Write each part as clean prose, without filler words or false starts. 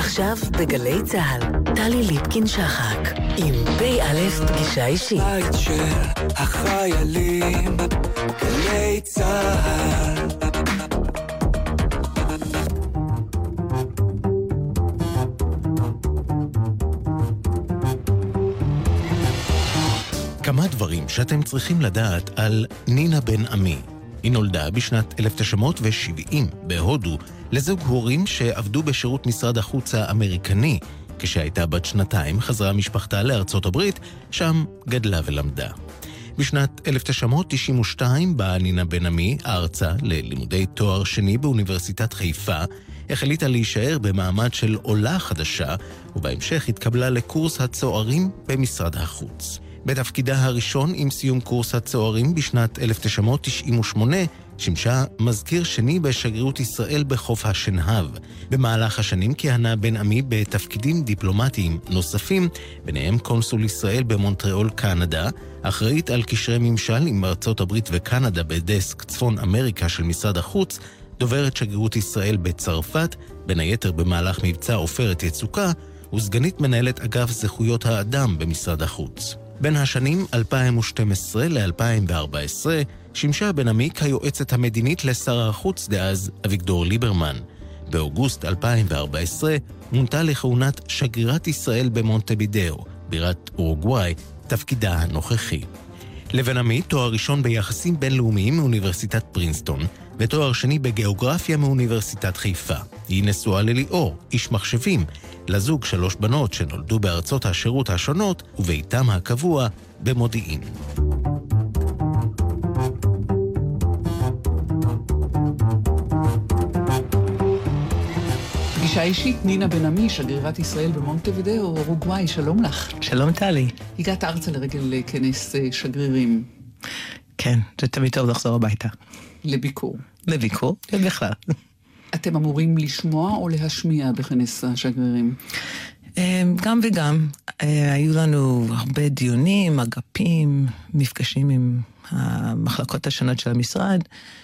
עכשיו בגלי צהל, טלי ליפקין שחק, עם פ"א פגישה אישית. בית של החיילים, גלי צהל. כמה דברים שאתם צריכים לדעת על נינה בן עמי. היא נולדה בשנת 1970 בהודו לזוג הורים שעבדו בשירות משרד החוץ האמריקני. כשהייתה בת 2 חזרה משפחתה לארצות הברית, שם גדלה ולמדה. בשנת 1992 באה נינה בן עמי ארצה ללימודי תואר שני באוניברסיטת חיפה, החליטה להישאר במעמד של עולה חדשה, ובהמשך התקבלה לקורס הצוערים במשרד החוץ. בתפקידה הראשון עם סיום קורס הצוערים בשנת 1998, שימשה מזכיר שני בשגרירות ישראל בחוף השנהב. במהלך השנים כיהנה בן עמי בתפקידים דיפלומטיים נוספים, ביניהם קונסול ישראל במונטריאול, קנדה, אחראית על קשרי ממשל עם ארצות הברית וקנדה בדסק צפון אמריקה של משרד החוץ, דוברת שגרירות ישראל בצרפת, בין היתר במהלך מבצע עופרת יצוקה, וסגנית מנהלת אגף זכויות האדם במשרד החוץ. בין השנים 2012 ל-2014 שימשה בן עמי כיועצת המדינית לשר החוץ דאז אביגדור ליברמן. באוגוסט 2014 מונתה לכהונת שגרירת ישראל במונטבידאו, בירת אורוגוואי, תפקידה הנוכחי. לבן עמי תואר ראשון ביחסים בינלאומיים מאוניברסיטת פרינסטון, ותואר שני בגיאוגרפיה מאוניברסיטת חיפה. היא נשואה לליאור, איש מחשבים, לזוג 3 בנות שנולדו בארצות השירות השונות, וביתם הקבוע במודיעין. פגישה אישית, נינה בן עמי, שגרירת ישראל במונטווידאו, אורוגוואי, שלום לך. שלום טלי. הגעת ארצה לרגל כנס שגרירים. כן, זה תמיד טוב לחזור הביתה. לביקור. לביקור, בכלל. אתם אמורים לשמוע או להשמיע בכנס השגרירים? גם וגם. היו לנו הרבה דיונים, אגפים, מפגשים עם המחלקות השונות של המשרד.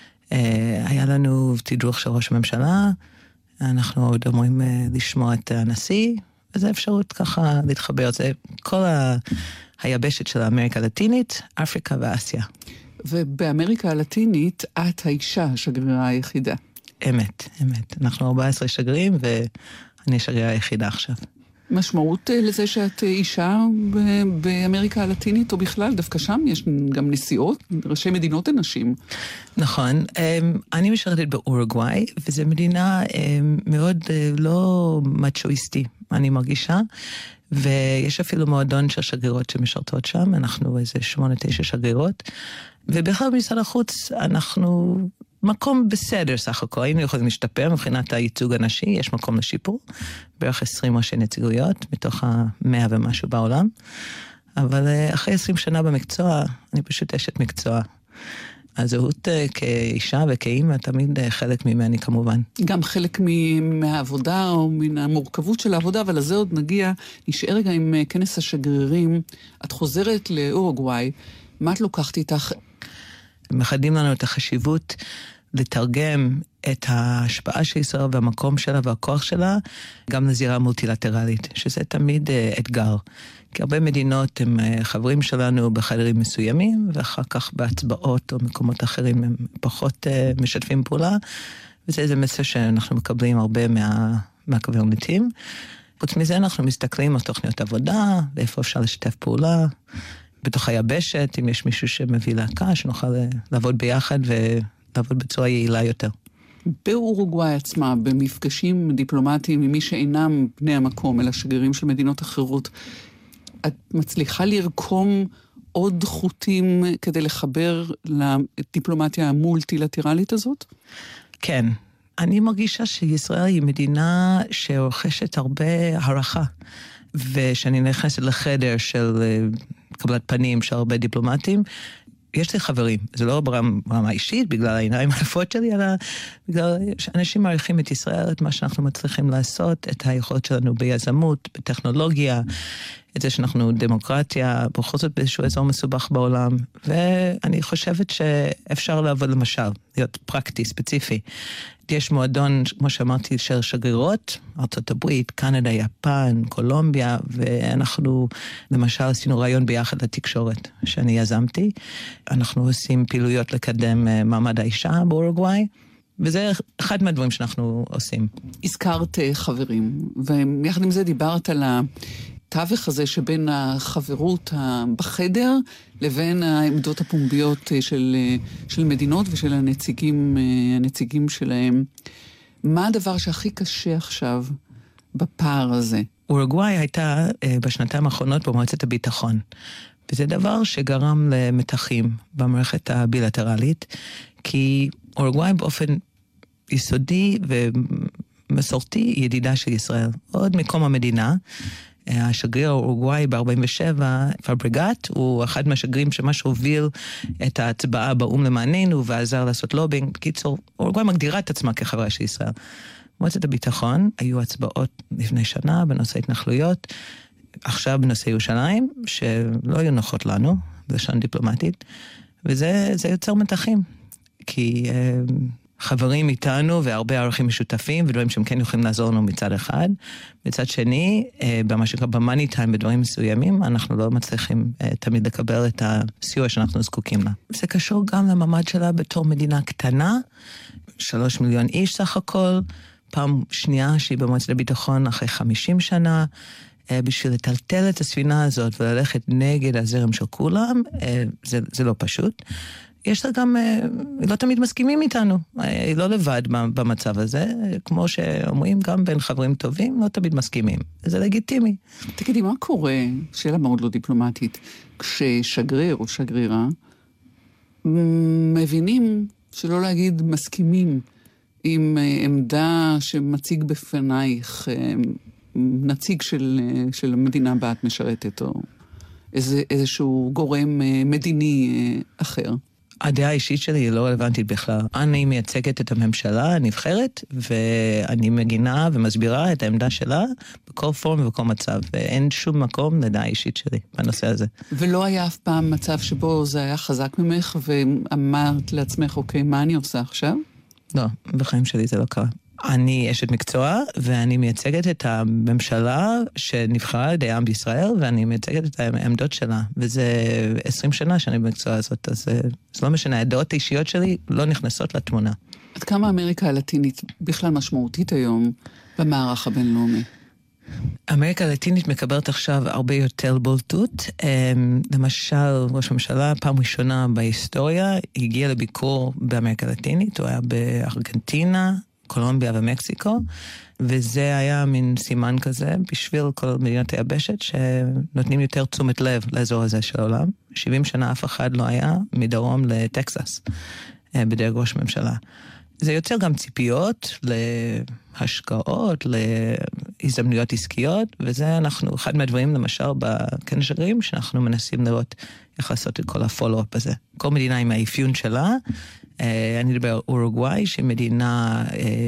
היה לנו תדרוך של ראש הממשלה. אנחנו עוד אמורים לשמוע את הנשיא, וזו אפשרות ככה להתחבר. זה כל היבשת של אמריקה הלטינית, אפריקה ואסיה. ובאמריקה הלטינית, את האישה השגרירה היחידה. אמת, אמת. אנחנו 14 שגרירים, ואני השגרירה היחידה עכשיו. משמעות לזה שאת אישה באמריקה הלטינית, או בכלל, דווקא שם יש גם נשיאות, ראשי מדינות הנשים. נכון. אני משרתת באורוגוואי, וזו מדינה מאוד לא מצ'ואיסטי, אני מרגישה, ויש אפילו מועדון של שגרירות שמשרתות שם, אנחנו איזה 8-9 שגרירות, ובכלל במשרד החוץ אנחנו מקום בסדר סך הכל, היינו יכולים להשתפר מבחינת הייצוג הנשי, יש מקום לשיפור, בערך 20 ראשי נציגויות, מתוך 100 ומשהו בעולם, אבל אחרי 20 שנה במקצוע, אני פשוט אשת מקצוע. הזהות כאישה וכאימא תמיד חלק ממני כמובן. גם חלק מהעבודה או מן המורכבות של העבודה, אבל לזה עוד נגיע, נשאר רגע עם כנס השגרירים, את חוזרת לאורוגוואי, מה את לוקחת איתך? מחדים לנו את החשיבות לתרגם את ההשפעה של ישראל והמקום שלה והכוח שלה, גם לזירה מולטילטרלית, שזה תמיד אתגר. כי הרבה מדינות הם חברים שלנו בחדרים מסוימים, ואחר כך בהצבעות או מקומות אחרים הם פחות משתפים פעולה, וזה איזה מסר שאנחנו מקבלים הרבה מהקברניטים. חוץ מזה אנחנו מסתכלים על תוכניות עבודה, ואיפה אפשר לשתף פעולה, בתוך היבשת, אם יש מישהו שמביא להקה, שנוכל לעבוד ביחד ולעבוד בצורה יעילה יותר. באורוגוואי עצמה, במפגשים דיפלומטיים עם מי שאינם בני המקום, אלא שגרירים של מדינות אחרות, את מצליחה לרקום עוד חוטים כדי לחבר לדיפלומטיה המולטילטרלית הזאת? כן. אני מרגישה שישראל היא מדינה שרוכשת הרבה הערכה, ושאני נכנסת לחדר של קבלת פנים של הרבה דיפלומטים, יש לי חברים, זה לא ברמה אישית, בגלל העיניים היפות שלי, אלא בגלל שאנשים מעריכים את ישראל, את מה שאנחנו מצליחים לעשות, את היכולת שלנו ביזמות, בטכנולוגיה, את זה שאנחנו דמוקרטיה, בכל זאת באיזשהו אזור מסובך בעולם, ואני חושבת שאפשר לעבוד למשל, להיות פרקטי, ספציפי. יש מועדון, כמו שאמרתי, של שגרירות, ארצות הברית, קנדה, יפן, קולומביה, ואנחנו למשל עשינו רעיון ביחד לתקשורת, שאני יזמתי. אנחנו עושים פעילויות לקדם מעמד האישה באורוגוואי, וזה אחד מהדברים שאנחנו עושים. הזכרת חברים, ויחד עם זה דיברת על התווך הזה שבין החברות בחדר לבין העמדות הפומביות של מדינות ושל הנציגים שלהם. מה הדבר שהכי קשה עכשיו בפער הזה? אורוגוואי הייתה בשנתיים האחרונות במועצת הביטחון, וזה דבר שגרם למתחים במערכת הבילטרלית, כי אורוגוואי באופן יסודי ומסורתי ידידה של ישראל. עוד מקום המדינה, השגריר האורוגוואי ב-47, פאברגט, הוא אחד מהשגרירים שממש הוביל את ההצבעה באום למעננו, ועזר לעשות לובינג. בקיצור, אורוגוואי מגדירה את עצמה כחברה של ישראל. מועצת הביטחון, היו הצבעות לפני שנה בנושא התנחלויות, עכשיו בנושא ירושלים, שלא היו נוחות לנו, בלשון דיפלומטית, וזה יוצר מתחים, כי חברים איתנו והרבה ערכים משותפים, ודברים שהם כן יכולים לעזור לנו מצד אחד. מצד שני, במה שקרה במאני טיים, בדברים מסוימים, אנחנו לא מצליחים תמיד לקבל את הסיוע שאנחנו זקוקים לה. זה קשור גם למעמד שלה בתור מדינה קטנה, 3 מיליון איש סך הכל, פעם שנייה שהיא במועצת הביטחון אחרי 50 שנה, בשביל לטלטל את הספינה הזאת וללכת נגד הזרם של כולם, זה לא פשוט. יש לה גם, לא תמיד מסכימים איתנו, היא לא לבד במצב הזה, כמו שאומרים גם בין חברים טובים, לא תמיד מסכימים, זה לגיטימי. תגידי, מה קורה, שאלה מאוד לא דיפלומטית, כששגריר או שגרירה מבינים, שלא להגיד מסכימים, עם עמדה שמציג בפנייך נציג של המדינה בה את משרתת, או איזשהו גורם מדיני אחר? הדעה האישית שלי היא לא רלוונטית בכלל. אני מייצגת את הממשלה הנבחרת, ואני מגינה ומסבירה את העמדה שלה בכל פורם ובכל מצב, ואין שום מקום לדעה האישית שלי בנושא הזה. ולא היה אף פעם מצב שבו זה היה חזק ממך, ואמרת לעצמך, אוקיי, מה אני עושה עכשיו? לא, בחיים שלי זה לא קרה. אני אשת מקצוע, ואני מייצגת את הממשלה שנבחרה על ידי העם בישראל, ואני מייצגת את העמדות שלה, וזה 20 שנה שאני במקצוע הזאת, אז זה לא משנה, הדעות האישיות שלי לא נכנסות לתמונה. עד כמה אמריקה הלטינית בכלל משמעותית היום במערך הבינלאומי? אמריקה הלטינית מקבלת עכשיו הרבה יותר בולטות. למשל, ראש הממשלה, פעם ראשונה בהיסטוריה, הגיע לביקור באמריקה הלטינית, הוא היה בארגנטינה, קולומביה ומקסיקו, וזה היה מין סימן כזה בשביל כל מדינות היבשת שנותנים יותר תשומת לב לאזור הזה של העולם. 70 שנה אף אחד לא היה מדרום לטקסס בדרג ראש ממשלה. זה יוצר גם ציפיות להשקעות, להזדמנויות עסקיות, וזה אחד מהדברים למשל בכנס שגרירים שאנחנו מנסים לראות איך לעשות את כל הפולו-אפ הזה. כל מדינה עם האפיון שלה, אני מדבר על אורוגוואי, שהיא מדינה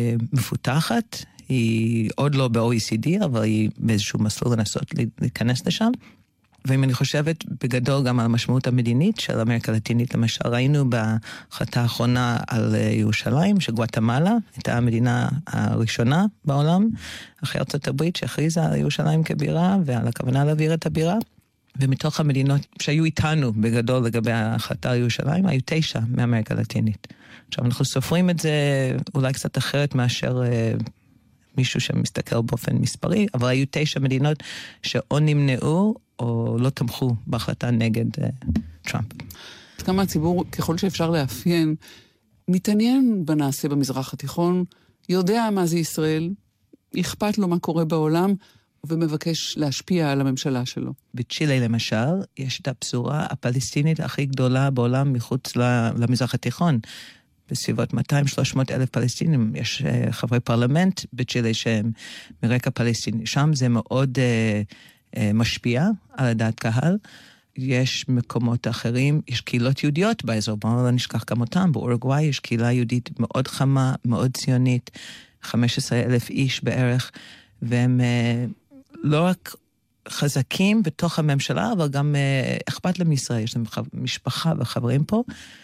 מפותחת, היא עוד לא ב-OECD, אבל היא באיזשהו מסלול לנסות להיכנס לשם. ואם אני חושבת בגדול גם על המשמעות המדינית של אמריקה הלטינית, למשל ראינו בהחלטה האחרונה על ירושלים, שגואטמלה הייתה המדינה הראשונה בעולם, אחרי ארצות הברית שהכריזה על ירושלים כבירה, ועל הכוונה להעביר את הבירה. ומתוך המדינות שהיו איתנו בגדול לגבי ההחלטה על ירושלים, היו 9 מאמריקה הלטינית. עכשיו אנחנו סופרים את זה אולי קצת אחרת מאשר מישהו שמסתכל באופן מספרי, אבל היו 9 מדינות שאו נמנעו או לא תמכו בהחלטה נגד טראמפ. כמה הציבור, ככל שאפשר לאפיין, מתעניין בנעשה במזרח התיכון, יודע מה זה ישראל, אכפת לו מה קורה בעולם, ומבקש להשפיע על הממשלה שלו. בצ'ילה למשל, יש את הפזורה הפלסטינית הכי גדולה בעולם מחוץ למזרח התיכון. בסביבות 200-300 אלף פלסטינים. יש חברי פרלמנט בצ'ילה שהם מרקע פלסטיני. שם זה מאוד משפיע על הדעת קהל. יש מקומות אחרים, יש קהילות יהודיות באזור, בואו לא נשכח גם אותם. באורוגוואי יש קהילה יהודית מאוד חמה, מאוד ציונית, 15,000 איש בערך, והם לא רק חזקים בתוך הממשלה, אבל גם אכפת להם ישראל, יש להם משפחה וחברים פה,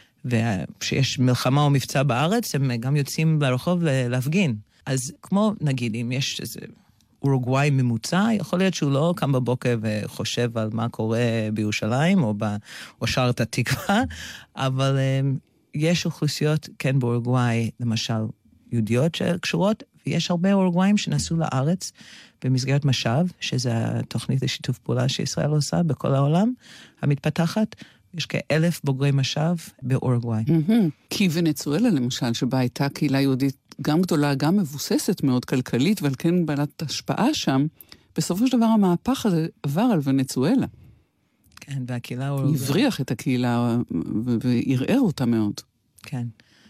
וכשיש מלחמה או מבצע בארץ, הם גם יוצאים לרחוב להפגין. אז כמו נגיד, אם יש איזה אורוגוואי ממוצע, יכול להיות שהוא לא קם בבוקר וחושב על מה קורה בירושלים, או שער את התקווה, אבל יש אוכלוסיות, כן באורוגוואי, למשל יהודיות שקשורות, ויש הרבה אורוגוואים שנסעו לארץ במסגרת משאב, שזה התוכנית לשיתוף פעולה שישראל עושה בכל העולם, המתפתחת, יש כ1,000 בוגרי משאב באורוגוואי. כי ונצואלה למשל, שבה הייתה קהילה יהודית גם גדולה, גם מבוססת מאוד כלכלית, ועל כן בעלת השפעה שם, בסופו של דבר המהפך הזה עבר על ונצואלה. כן, והקהילה אורוגוואי. הבריח את הקהילה וערער אותה מאוד. כן.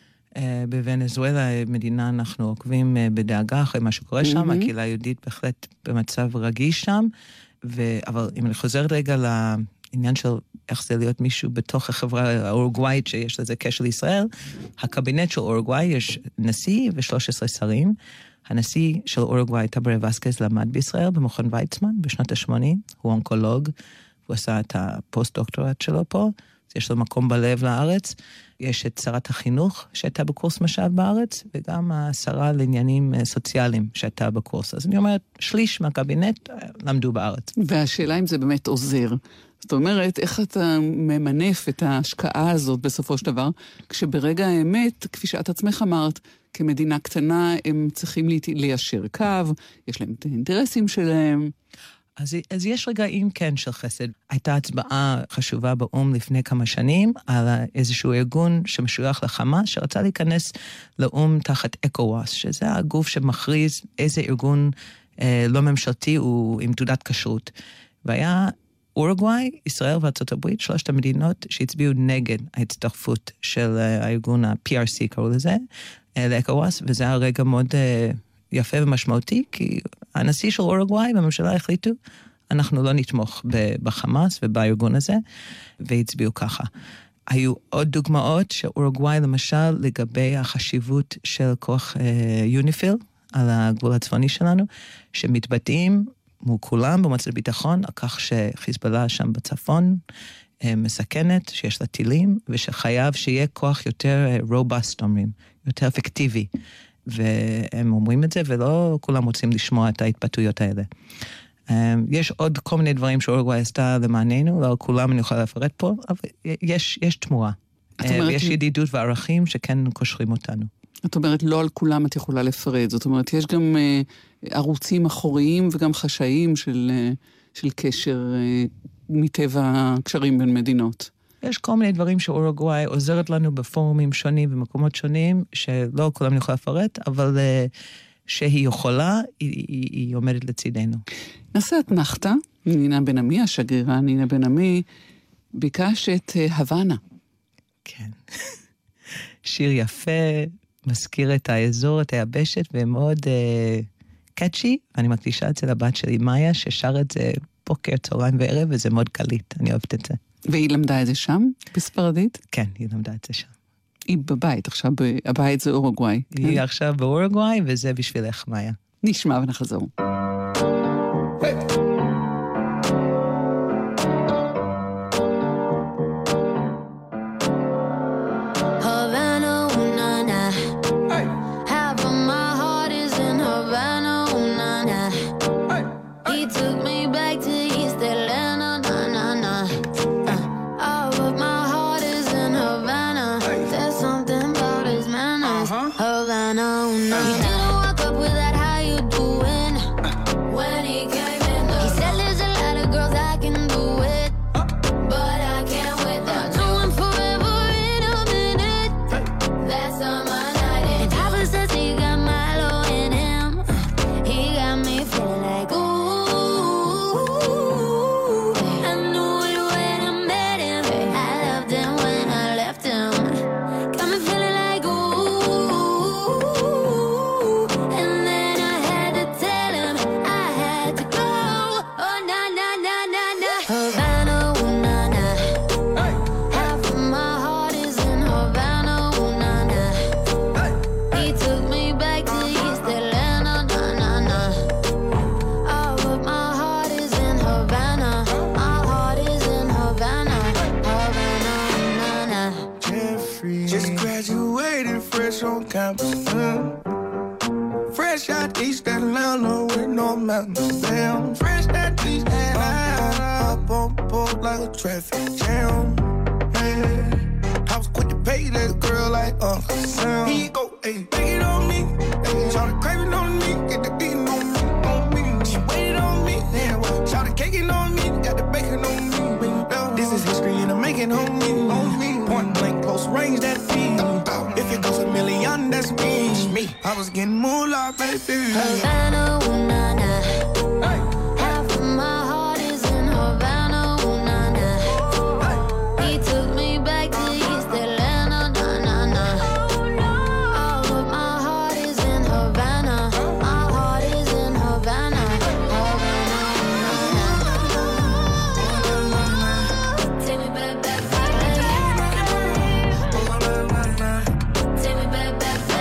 בוונצואלה, מדינה, אנחנו עוקבים בדאגה אחרי מה שקורה שם, הקהילה היהודית בהחלט במצב רגיש שם, אבל אם אני חוזרת רגע לעניין של איך זה להיות מישהו בתוך החברה האורוגוואית שיש לזה קשר לישראל, הקבינט של אורוגוואי יש נשיא ו13 שרים, הנשיא של אורוגוואי, טאברה וסקז, למד בישראל במכון ויצמן בשנות ה-80, הוא אונקולוג, הוא עשה את הפוסט-דוקטורט שלו פה, יש לו מקום בלב לארץ, יש את שרת החינוך שהייתה בקורס משאב בארץ, וגם השרה לעניינים סוציאליים שהייתה בקורס. אז אני אומרת, שליש מהקבינט למדו בארץ. והשאלה אם זה באמת עוזר. זאת אומרת, איך אתה ממנף את ההשקעה הזאת בסופו של דבר, כשברגע האמת, כפי שאת עצמך אמרת, כמדינה קטנה, הם צריכים ליישר קו, יש להם את האינטרסים שלהם. אז יש רגעים כן של חסד. הייתה הצבעה חשובה באום לפני כמה שנים על איזשהו ארגון שמשוייך לחמאס, שרצה להיכנס לאום תחת אקווס, שזה הגוף שמכריז איזה ארגון לא ממשלתי הוא עם תעודת כשרות. והיה אורוגוואי, ישראל וארצות הברית, 3 המדינות שהצביעו נגד ההצטרפות של הארגון ה-PRC, קראו לזה, לאקווס, וזה היה רגע מאוד יפה ומשמעותי, כי הנשיא של אורוגוואי בממשלה החליטו, אנחנו לא נתמוך בחמאס ובארגון הזה, והצביעו ככה. היו עוד דוגמאות שאורוגוואי למשל לגבי החשיבות של כוח יוניפיל על הגבול הצפוני שלנו, שמתבטאים מול כולם במועצת הביטחון, על כך שחיזבאללה שם בצפון מסכנת, שיש לה טילים, ושחייב שיהיה כוח יותר רובסט, אומרים, יותר אפקטיבי. והם אומרים את זה, ולא כולם רוצים לשמוע את ההתבטאויות האלה. יש עוד כל מיני דברים שאורוגוואי עשתה למעננו, לא כולם אני יכולה לפרט פה, אבל יש תמורה. יש ידידות וערכים שכן קושרים אותנו. את אומרת, לא על כולם את יכולה לפרט, זאת אומרת, יש גם ערוצים אחוריים וגם חשאיים של קשר מטבע הקשרים בין מדינות. יש כל מיני דברים שאורוגוואי עוזרת לנו בפורומים שונים ומקומות שונים, שלא כולם יכולה לפרט, אבל שהיא יכולה, היא עומדת לצידנו. נעשה אתנחתא, נינה בן עמי, השגרירה נינה בן עמי, ביקש את הוואנה. כן. שיר יפה, מזכיר את האזור, את היבשת, ומאוד קאצ'י, ואני מקדישה את זה לבת שלי, מאיה, ששר את זה בוקר, צהריים וערב, וזה מאוד קליט, אני אוהבת את זה. והיא למדה את זה שם, בספרדית? כן, היא למדה את זה שם. היא בבית, עכשיו, הבית זה אורוגוואי. היא עכשיו באורוגוואי, וזה בשבילך, מאיה. נשמע ונחזור. Ooh campus. Fresh out East Atlanta with no mountains. Damn, fresh out East Atlanta. Up on board like a traffic jam. Yeah. I was quick to pay that girl like Uncle Sam. Here you go, ayy, take it on me. Ayy, shout the craving on me, get the beating on me, on me. She waited on me, yeah. Shout the caking on me, got the bacon on me. This is history and I'm making on me. Point blank, close range, that feed. If it goes a million, that's me. I was getting moolah, baby. Havana, ooh, nah, nah. Hey. Half of my heart is in Havana, ooh, nah, nah. He took me back to East Atlanta, nah, nah, nah. All of my heart is in Havana. My heart is in Havana. Havana, ooh, nah, nah. Take me back, back, back. Take me back, back, back.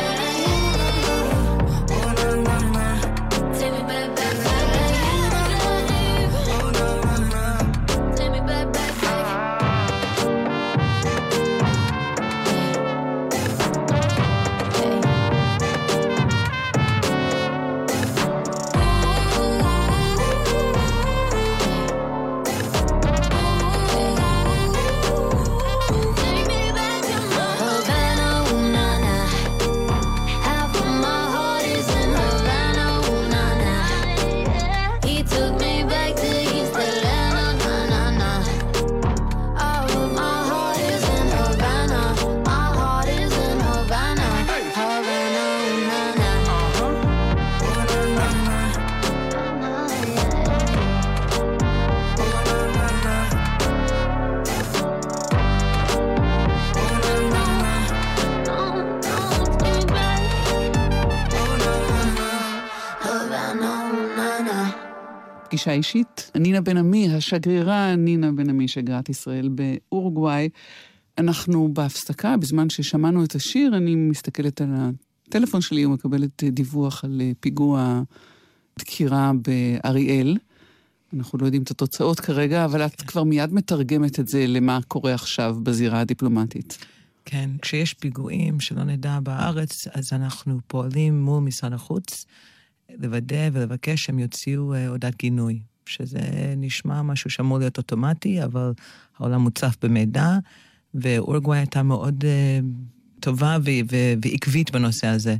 פגישה אישית. נינה בן עמי, השגרירה נינה בן עמי, שגרירת ישראל באורוגוואי. אנחנו בהפסקה, בזמן ששמענו את השיר, אני מסתכלת על הטלפון שלי ומקבלת דיווח על פיגוע דקירה באריאל. אנחנו לא יודעים את התוצאות כרגע, אבל את כבר מיד מתרגמת את זה למה קורה עכשיו בזירה הדיפלומטית. כן, כשיש פיגועים שלא נדע בארץ, אז אנחנו פועלים מול משרד החוץ, לוודא ולבקש שהם יוציאו הודעת גינוי, שזה נשמע משהו שאמור להיות אוטומטי, אבל העולם מוצף במידע, ואורוגוואי הייתה מאוד טובה ועקבית בנושא הזה,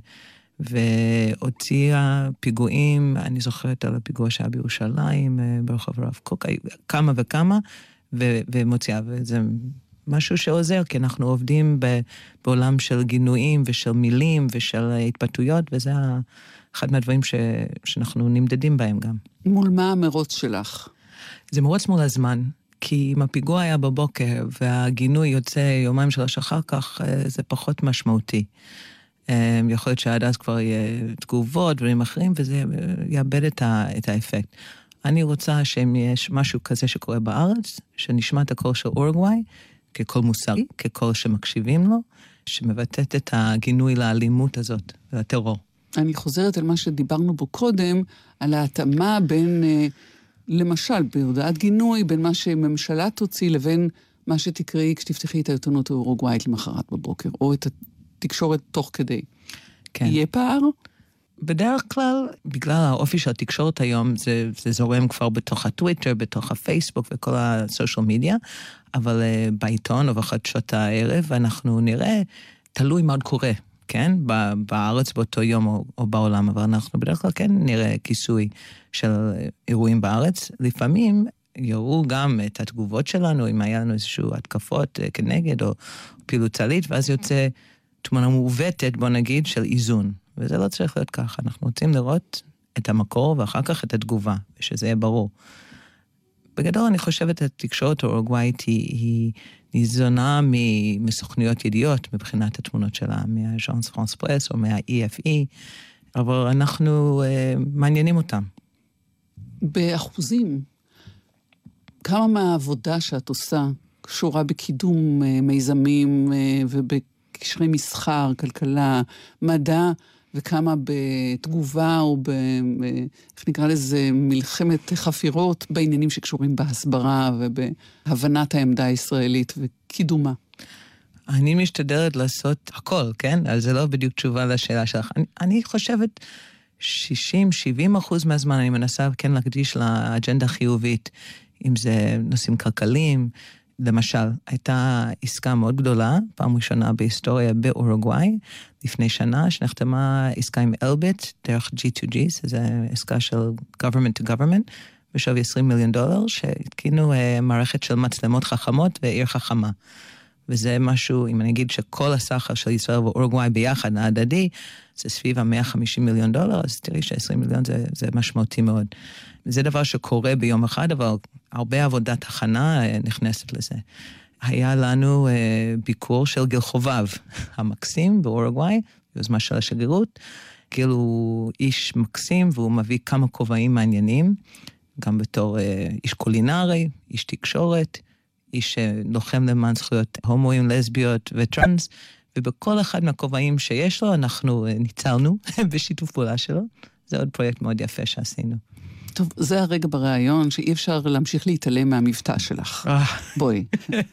והוציאה פיגועים, אני זוכרת על הפיגוע שהיה בירושלים, ברחוב הרב קוק, כמה וכמה, ומוציאה, וזה משהו שעוזר, כי אנחנו עובדים בעולם של גינויים ושל מילים ושל התבטאויות, וזה אחד מהדברים שאנחנו נמדדים בהם גם. מול מה המרוץ שלך? זה מרוץ מול הזמן, כי אם הפיגוע היה בבוקר והגינוי יוצא יומיים שלוש אחר כך, זה פחות משמעותי. יכול להיות שעד אז כבר יהיה תגובות, דברים אחרים, וזה יאבד את האפקט. אני רוצה שאם יש משהו כזה שקורה בארץ, שנשמע את הקול של אורוגוואי, כקול מוסרי, כקול שמקשיבים לו, שמבטאת את הגינוי לאלימות הזאת, לטרור. אני חוזרת על מה שדיברנו בו קודם, על ההתאמה בין, למשל, בהודעת גינוי, בין מה שממשלה תוציא לבין מה שתקראי כשתפתחי את העיתונות האורוגוואית למחרת בבוקר, או את התקשורת תוך כדי. כן. יהיה פער? בדרך כלל, בגלל האופי של התקשורת היום, זה זורם כבר בתוך הטוויטר, בתוך הפייסבוק וכל הסושיאל מדיה, אבל בעיתון או בחדשות הערב, אנחנו נראה, תלוי מה עוד קורה, כן? בארץ באותו יום או בעולם, אבל אנחנו בדרך כלל כן נראה כיסוי של אירועים בארץ. לפעמים יראו גם את התגובות שלנו, אם היה לנו איזשהו התקפות כנגד או פעילות צה"לית, ואז יוצא תמונה מעוותת, בוא נגיד, של איזון. וזה לא צריך להיות ככה. אנחנו רוצים לראות את המקור ואחר כך את התגובה, ושזה יהיה ברור. בגדול אני חושבת התקשורת האורוגוואית היא ניזונה מסוכנויות ידיעות מבחינת התמונות שלה, מהז'אנס פרנס פרס או מה-EFE, אבל אנחנו מעניינים אותם. באחוזים, כמה מהעבודה שאת עושה קשורה בקידום מיזמים ובקשרי מסחר, כלכלה, מדע, וכמה בתגובה או איך נקרא לזה, מלחמת חפירות בעניינים שקשורים בהסברה ובהבנת העמדה הישראלית וקידומה. אני משתדלת לעשות הכל, כן? אז זה לא בדיוק תשובה לשאלה שלך. אני חושבת 60-70% מהזמן אני מנסה כן להקדיש לאג'נדה חיובית, אם זה נושאים כלכליים. למשל, הייתה עסקה מאוד גדולה, פעם ראשונה בהיסטוריה באורוגוואי, לפני שנה, שנחתמה עסקה עם אלביט, דרך G2G, זו עסקה של government to government, בשווי $20 מיליון, שהתקינו מערכת של מצלמות חכמות ועיר חכמה. וזה משהו, אם אני אגיד שכל הסחר של ישראל ואורוגוואי ביחד, ההדדי, זה סביב $150 מיליון, אז תראי ש$20 מיליון זה משמעותי מאוד. זה דבר שקורה ביום אחד, אבל הרבה עבודת הכנה נכנסת לזה. היה לנו ביקור של גיל חובב, המקסים באורוגוואי, יוזמה של השגרירות. גיל הוא איש מקסים, והוא מביא כמה כובעים מעניינים, גם בתור איש קולינרי, איש תקשורת, איש לוחם למען זכויות הומואים, לסביות וטרנס, ובכל אחד מהכובעים שיש לו, אנחנו ניצלנו בשיתוף פעולה שלו. זה עוד פרויקט מאוד יפה שעשינו. טוב, זה הרגע בראיון שאי אפשר להמשיך להתעלם מהמבטא שלך. בואי.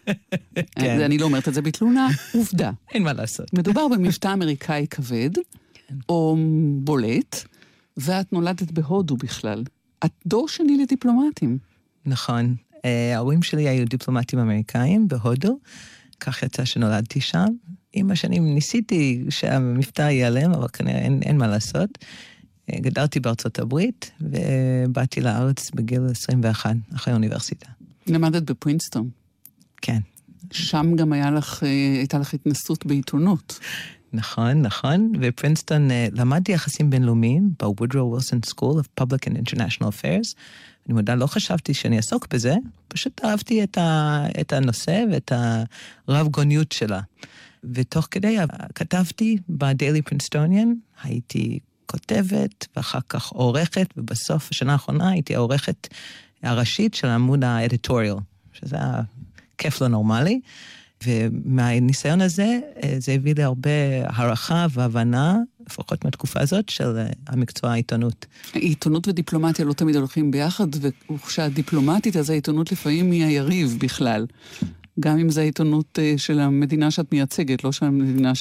אני לא אומרת את זה בתלונה, עובדה. אין מה לעשות. מדובר במבטא אמריקאי כבד, או בולט, ואת נולדת בהודו בכלל. את דור שני לדיפלומטים. נכון. ההורים שלי היו דיפלומטים אמריקאים בהודו, כך יצא שנולדתי שם. עם השנים ניסיתי שהמבטא ייעלם, אבל כנראה אין מה לעשות. גדלתי בארצות הברית, ובאתי לארץ בגיל 21, אחרי האוניברסיטה. למדת בפרינסטון. כן. שם גם הייתה לך התנסות בעיתונות. נכון, נכון. בפרינסטון למדתי יחסים בינלאומיים, ב-Woodrow Wilson School of Public and International Affairs. אני מודה, לא חשבתי שאני אעסוק בזה, פשוט אהבתי את הנושא ואת הרב גוניות שלה. ותוך כדי כתבתי ב-Daily Princetonian, הייתי כותבת, ואחר כך עורכת, ובסוף השנה האחרונה הייתי העורכת הראשית של העמוד האדיטוריאל, שזה היה כיף לא נורמלי, ומהניסיון הזה, זה הביא לי הרבה הערכה והבנה, לפחות מהתקופה הזאת, של המקצוע העיתונות. עיתונות ודיפלומטיה לא תמיד הולכים ביחד, וכשהדיפלומטית, אז העיתונות לפעמים היא היריב בכלל. גם אם זה העיתונות של המדינה שאת מייצגת, לא של המדינה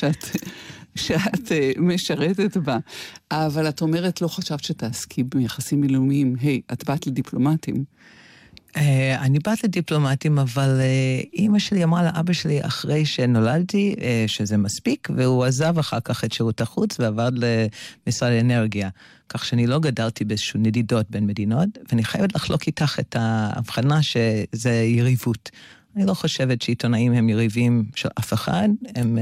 שאת משרתת בה. אבל את אומרת, לא חשבת שתעסקי ביחסים בינלאומיים. היי, את באת לדיפלומטים. אני באת לדיפלומטים, אבל אמא שלי אמרה לאבא שלי אחרי שנולדתי, שזה מספיק, והוא עזב אחר כך את שירות החוץ, ועבר למשרד האנרגיה. כך שאני לא גדלתי באיזשהו נדידות בין מדינות, ואני חייבת לחלוק איתך את ההבחנה שזה יריבות. אני לא חושבת שעיתונאים הם יריבים של אף אחד, הם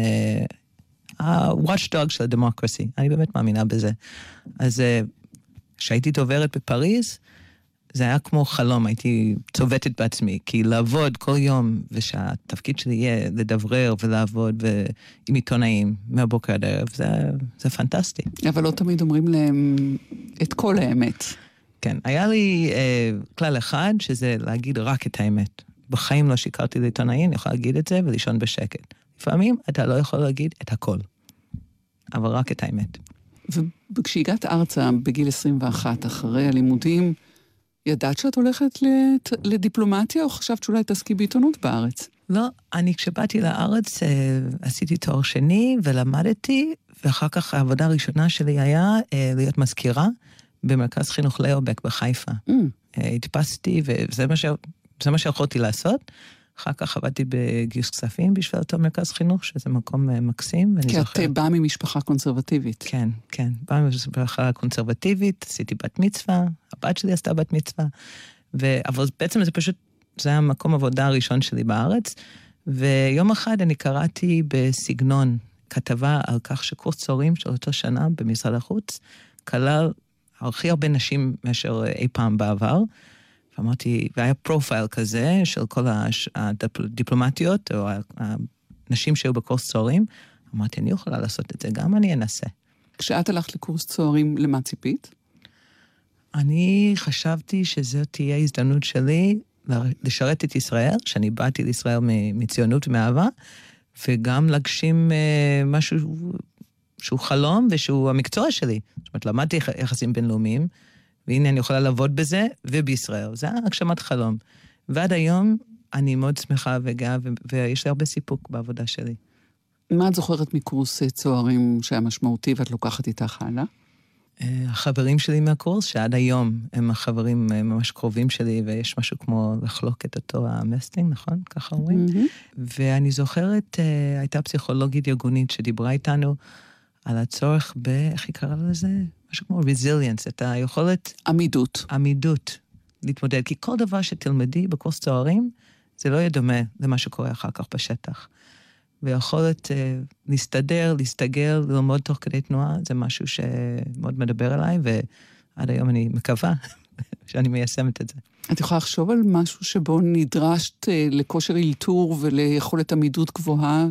ה-watchdog של הדמוקרסי. אני באמת מאמינה בזה. אז כשהייתי דוברת בפריז, זה היה כמו חלום, הייתי צובטת בעצמי, כי לעבוד כל יום, ושהתפקיד שלי יהיה לדברר ולעבוד עם עיתונאים מהבוקר עד הערב, זה פנטסטי. אבל לא תמיד אומרים להם את כל האמת. כן, היה לי כלל אחד, שזה להגיד רק את האמת. בחיים לא שיקרתי לעיתונאים, אני יכולה להגיד את זה ולישון בשקט. לפעמים אתה לא יכול להגיד את הכל, אבל רק את האמת. וכשהגעת ארצה בגיל 21, אחרי הלימודים, ידעת שאת הולכת לדיפלומטיה, או חשבת שאולי תעסקי בעיתונות בארץ? לא, אני כשבאתי לארץ עשיתי תואר שני ולמדתי, ואחר כך העבודה הראשונה שלי היה להיות מזכירה במרכז חינוך ליאובק בחיפה. הדפסתי, וזה מה שיכולתי לעשות. אחר כך עבדתי בגיוס כספים בשביל אותו מרכז חינוך, שזה מקום מקסים. כי את באה ממשפחה קונסרבטיבית. כן, כן. באה ממשפחה קונסרבטיבית, עשיתי בת מצווה, הבת שלי עשתה בת מצווה, אבל בעצם זה פשוט, זה היה מקום עבודה הראשון שלי בארץ, ויום אחד אני קראתי בסגנון כתבה על כך שקורס צוערים של אותו שנה במשרד החוץ, כלל הכי הרבה נשים מאשר אי פעם בעבר, אמרתי, והיה פרופייל כזה של כל הדיפלומטיות, או הנשים שהיו בקורס צוערים, אמרתי, אני יכולה לעשות את זה, גם אני אנסה. כשאת הלכת לקורס צוערים, למה ציפית? אני חשבתי שזו תהיה הזדמנות שלי לשרת את ישראל, שאני באתי לישראל מציונות ומאהבה, וגם להגשים משהו שהוא חלום ושהוא המקצוע שלי. זאת אומרת, למדתי יחסים בינלאומיים, והנה אני יכולה לעבוד בזה, ובישראל. זה הגשמת חלום. ועד היום אני מאוד שמחה וגאה, ויש לי הרבה סיפוק בעבודה שלי. מה את זוכרת מקורס צוערים שהיה משמעותי ואת לוקחת איתך הלאה? החברים שלי מהקורס, שעד היום הם החברים ממש קרובים שלי, ויש משהו כמו לחלוק את אותו המסטינג, נכון? ככה אומרים. ואני זוכרת, הייתה פסיכולוגית ארגונית שדיברה איתנו על הצורך איך היא קראה לזה? משהו כמו resilience, את היכולת... עמידות, להתמודד. כי כל דבר שתלמדי בקורס צוערים, זה לא יהיה דומה למה שקורה אחר כך בשטח. ויכולת להסתדר, להסתגל, ללמוד תוך כדי תנועה, זה משהו שמאוד מדבר אליי, ועד היום אני מקווה שאני מיישמת את זה. את יכולה לחשוב על משהו שבו נדרשת לכושר אילתור וליכולת עמידות גבוהה?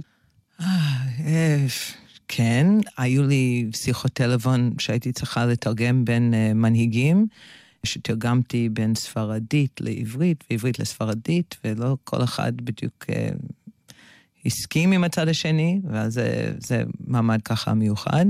כן, היו לי שיחות טלפון שהייתי צריכה לתרגם בין מנהיגים, שתרגמתי בין ספרדית לעברית, ועברית לספרדית, ולא כל אחד בדיוק... הסכים עם הצד השני, ואז זה מעמד ככה מיוחד.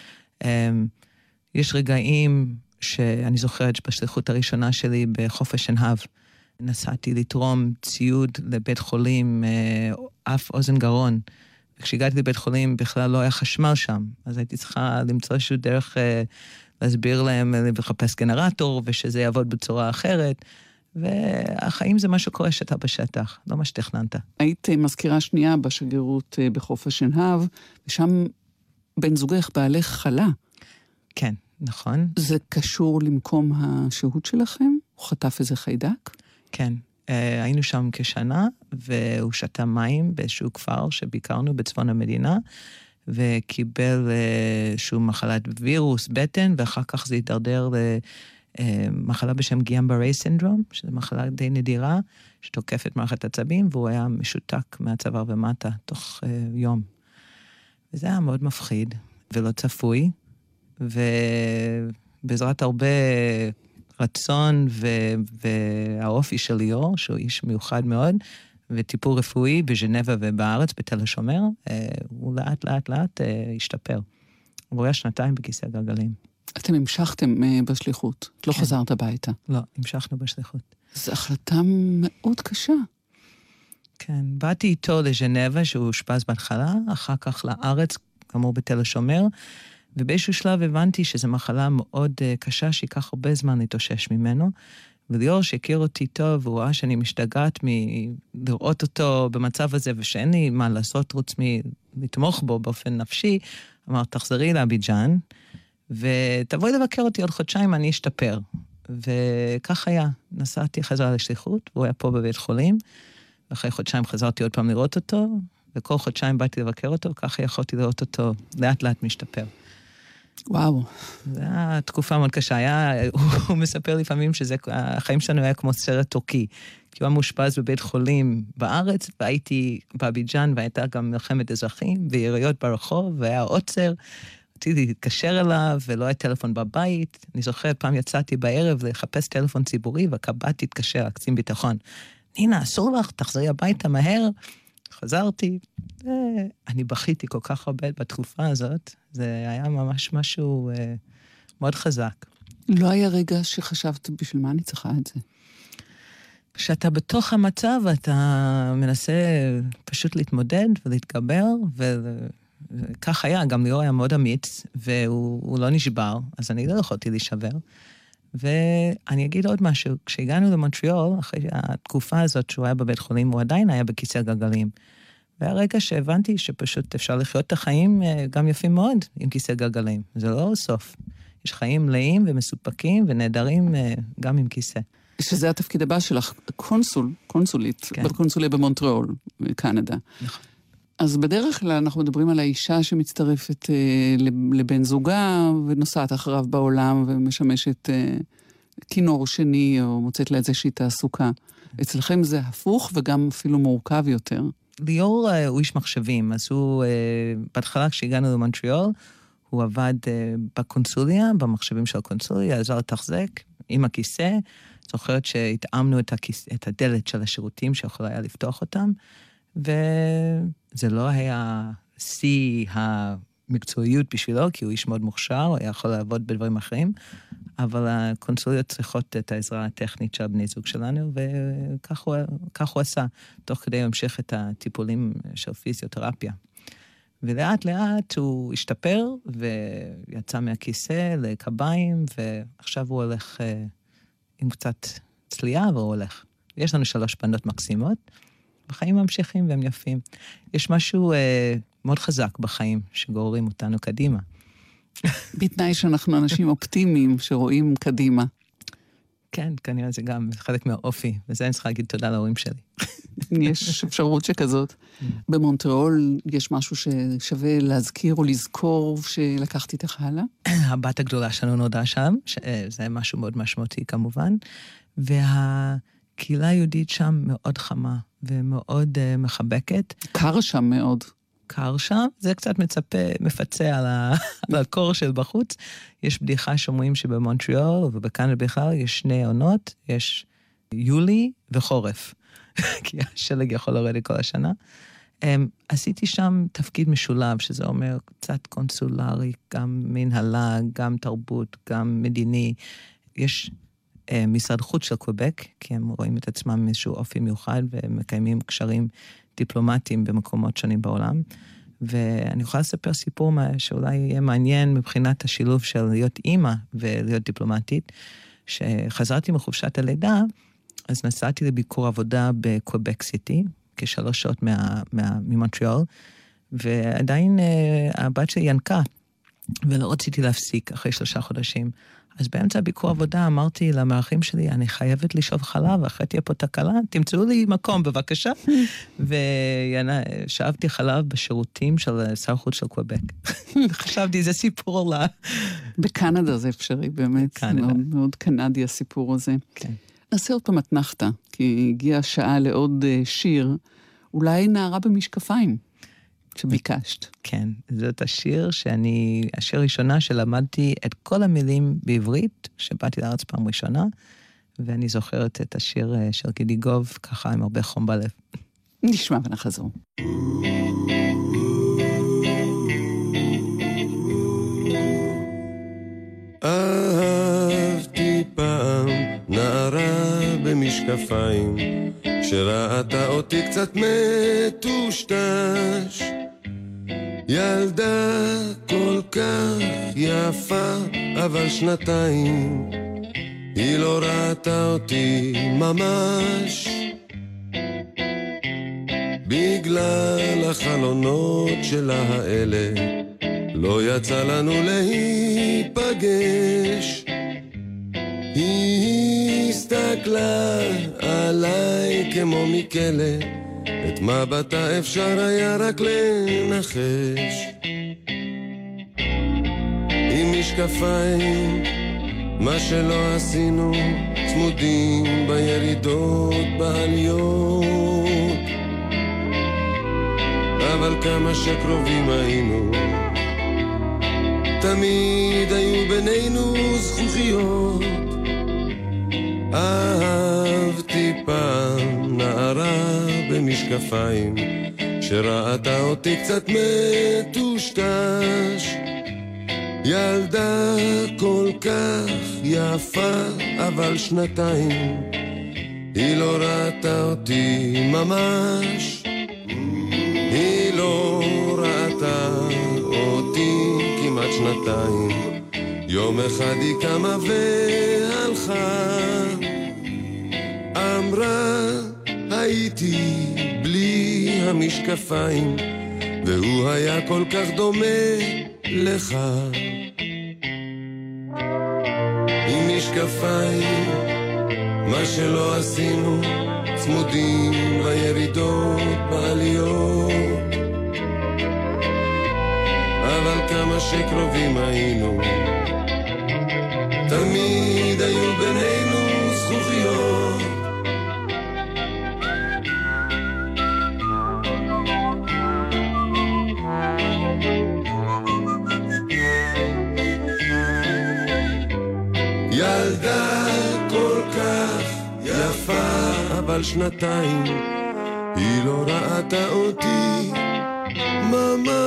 יש רגעים שאני זוכרת שבשליחות הראשונה שלי בחוף השנהב, נסעתי לתרום ציוד לבית חולים, אף אוזן גרון. וכשהגעתי לבית חולים בכלל לא היה חשמל שם, אז הייתי צריכה למצוא איזשהו דרך להסביר להם לחפש גנרטור, ושזה יעבוד בצורה אחרת. והחיים זה משהו קורה שאתה בשטח, לא מה שתכננת. היית מזכירה שנייה בשגרירות בחוף השנהב, ושם בן זוגך בעלך חלה. כן, נכון. זה קשור למקום השהות שלכם? הוא חטף איזה חיידק? כן. היינו שם כשנה, והוא שתה מים באיזשהו כפר שביקרנו בצפון המדינה, וקיבל איזשהו מחלת וירוס, בטן, ואחר כך זה התדרדר מחלה בשם גיאמברי סינדרום, שזו מחלה די נדירה, שתוקפת מערכת עצבים, והוא היה משותק מהצוואר ומטה תוך יום. וזה היה מאוד מפחיד, ולא צפוי, ובעזרת הרבה רצון והאופי של ליאור, שהוא איש מיוחד מאוד, וטיפול רפואי בז'נבה ובארץ, בתל השומר, הוא לאט השתפר. הוא היה 2 בכיסא גלגלים. אתם המשכתם בשליחות, לא חזרת הביתה. לא, המשכנו בשליחות. זו החלטה מאוד קשה. כן, באתי איתו לז'נבה, שהוא אושפז בהתחלה, אחר כך לארץ, כאמור בתל השומר, ובאיזשהו שלב הבנתי שזו מחלה מאוד קשה, שיקח הרבה זמן להתאושש ממנו, וליאור שהכיר אותי טוב, הוא ראה שאני משתגעת מלראות אותו במצב הזה, ושאין לי מה לעשות חוץ מלתמוך בו באופן נפשי, אמר, תחזרי לאביג'אן, ותבואי לבקר אותי עוד חודשיים, אני אשתפר. וכך היה, נסעתי חזרה לשליחות, והוא היה פה בבית חולים, ואחרי חודשיים חזרתי עוד פעם לראות אותו, וכל חודשיים באתי לבקר אותו, וככה יכולתי לראות אותו לאט לאט משתפר. וואו. זו הייתה תקופה מאוד קשה, הוא מספר לפעמים שהחיים שלנו היה כמו סרט טורקי, כי הוא היה מאושפז בבית חולים בארץ, והייתי באביג'אן, והייתה גם מלחמת אזרחים, ויריות ברחוב, והיה עוצר, רציתי להתקשר אליו, ולא היה טלפון בבית. אני זוכר, פעם יצאתי בערב לחפש טלפון ציבורי, והקב"ט התקשר, קצין ביטחון. נינה, אסור לך, תחזרי הביתה מהר. חזרתי, אני בכיתי כל כך הרבה בתקופה הזאת, זה היה ממש משהו מאוד חזק. לא היה רגע שחשבת בשביל מה אני צריכה את זה? כשאתה בתוך המצב, אתה מנסה פשוט להתמודד ולהתגבר, וכך היה, גם ליאור היה מאוד אמיץ, והוא לא נשבר, אז אני לא יכולתי להישבר. ואני אגיד עוד משהו, כשהגענו למונטריאול, אחרי התקופה הזאת שהוא היה בבית חולים, הוא עדיין היה בכיסא גלגלים. והרגע שהבנתי שפשוט אפשר לחיות את החיים גם יפים מאוד עם כיסא גלגלים. זה לא סוף. יש חיים מלאים ומסופקים ונהדרים גם עם כיסא. שזה התפקיד הבא שלך, קונסולית, כן. בקונסוליה במונטריאול, קנדה. נכון. אז בדרך כלל אנחנו מדברים על האישה שמצטרפת לבן זוגה, ונוסעת אחריו בעולם, ומשמשת כינור שני, או מוצאת לה איזושהי תעסוקה. אצלכם זה הפוך, וגם אפילו מורכב יותר. ליאור הוא איש מחשבים, אז הוא, בהתחלה כשהגענו למונטריאול, הוא עבד בקונסוליה, במחשבים של הקונסוליה, עזר לתחזק עם הכיסא, זוכרת שהתאמנו את הדלת של השירותים שיכול היה לפתוח אותם, וזה לא היה שיא המקצועיות בשבילו, כי הוא איש מאוד מוכשר, הוא היה יכול לעבוד בדברים אחרים, אבל הקונסוליות צריכות את העזרה הטכנית של הבני זוג שלנו, וכך הוא עשה, תוך כדי להמשיך את הטיפולים של פיזיותרפיה. ולאט לאט הוא השתפר, ויצא מהכיסא לקביים, ועכשיו הוא הולך עם קצת צלייה, והוא הולך. יש לנו 3 בנות מקסימות, וחיים ממשיכים והם יפים. יש משהו מאוד חזק בחיים, שגוררים אותנו קדימה. בתנאי שאנחנו אנשים אופטימיים, שרואים קדימה. כן, כנראה זה גם חלק מהאופי, וזה אני צריכה להגיד תודה להורים שלי. יש אפשרות שכזאת. במונטריאול יש משהו ששווה להזכיר או לזכור שלקחתי איתך הלאה? הבת הגדולה שלנו נולדה שם, זה משהו מאוד משמעותי כמובן, והקהילה היהודית שם מאוד חמה ומאוד מחבקת. קר שם מאוד. קר שם, זה קצת מפצה על הקור של בחוץ. יש בדיחה שאומרים שבמונטריאול ובקנדה בכלל יש 2 עונות, יש יולי וחורף, כי השלג יכול לרדת כל השנה. עשיתי שם תפקיד משולב, שזה אומר קצת קונסולרי, גם מנהלה, גם תרבות, גם מדיני. יש משרד חוץ של קוויבק, כי הם רואים את עצמם איזשהו אופי מיוחד, ומקיימים קשרים דיפלומטיים במקומות שונים בעולם. ואני יכולה לספר סיפור שאולי יהיה מעניין מבחינת השילוב של להיות אימא ולהיות דיפלומטית. שחזרתי מחופשת הלידה, אז נסעתי לביקור עבודה בקוויבק סיטי, כ3 שעות ממונטריאול, ועדיין הבת שלי ינקה, ולא רציתי להפסיק אחרי 3 חודשים. אז באמצע ביקור עבודה אמרתי למארחים שלי, אני חייבת לשאוב חלב, אחרי תהיה פה תקלה, תמצאו לי מקום בבקשה. ושאבתי חלב בשירותים של שר חוץ של קוויבק. חשבתי, זה סיפור לה. בקנדה זה אפשרי, באמת. מאוד, מאוד קנדי הסיפור הזה. כן. נעשה עוד פעם אתנחתה, כי הגיעה שעה לעוד שיר, אולי נערה במשקפיים. שביקשת. כן, זאת השיר הראשונה שלמדתי את כל המילים בעברית, שבאתי לארץ פעם ראשונה, ואני זוכרת את השיר של גידי גוב, ככה עם הרבה חום בלב. נשמע ונחזור. אהבתי פעם נערה במשקפיים, שראתה אותי קצת מטושטש, ילדה כל כך יפה, אבל 2 היא לא ראתה אותי ממש, בגלל החלונות שלה האלה לא יצא לנו להיפגש. היא הסתכלה עליי כמו מכלא, את מבטה אפשר היה רק לנחש. עם משקפיים, מה שלא עשינו, צמודים בירידות, בעליות, אבל כמה שקרובים היינו, תמיד היו בינינו זכוכיות. אהבתי פעם נערה במשקפיים, שראתה אותי קצת מטושטש, ילדה כל כך יפה, אבל 2 היא לא ראתה אותי ממש, היא לא ראתה אותי כמעט 2. יום אחד היא קמה והלכה, אמרה הייתי בלי המשקפיים, והוא היה כל כך דומה לך. עם משקפיים, מה שלא עשינו, צמודים בירידות, בעליות, אבל כמה שקרובים היינו, תמיד היו בינינו זכוכיות. ילדה כל כך יפה, אבל 2 היא לא ראתה אותי ממש.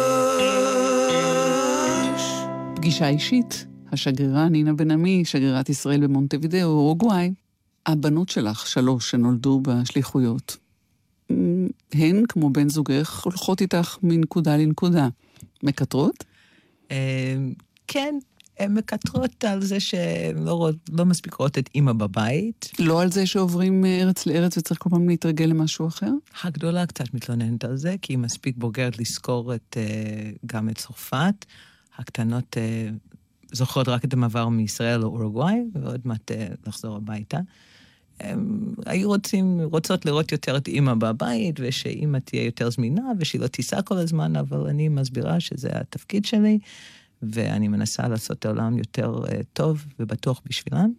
פגישה אישית, השגרירה נינה בן עמי, שגרירת ישראל במונטווידאו, אורוגוואי. הבנות שלך 3 שנולדו בשליחויות, הן, כמו בן זוגך, הולכות איתך מנקודה לנקודה. מקטרות? כן, הן מקטרות על זה שהן לא מספיק רואות את אמא בבית. לא על זה שעוברים מארץ לארץ וצריך כל פעם להתרגל למשהו אחר? הגדולה קצת מתלוננת על זה, כי היא מספיק בוגרת לזכור גם את צרפת. הקטנות זוכרות רק את המעבר מישראל לאורוגוואי, ועוד מעט לחזור הביתה. היו רוצות לראות יותר את אמא בבית, ושאמא תהיה יותר זמינה, ושהיא לא תיסע כל הזמן, אבל אני מסבירה שזה התפקיד שלי, ואני מנסה לעשות את העולם יותר טוב ובטוח בשבילן.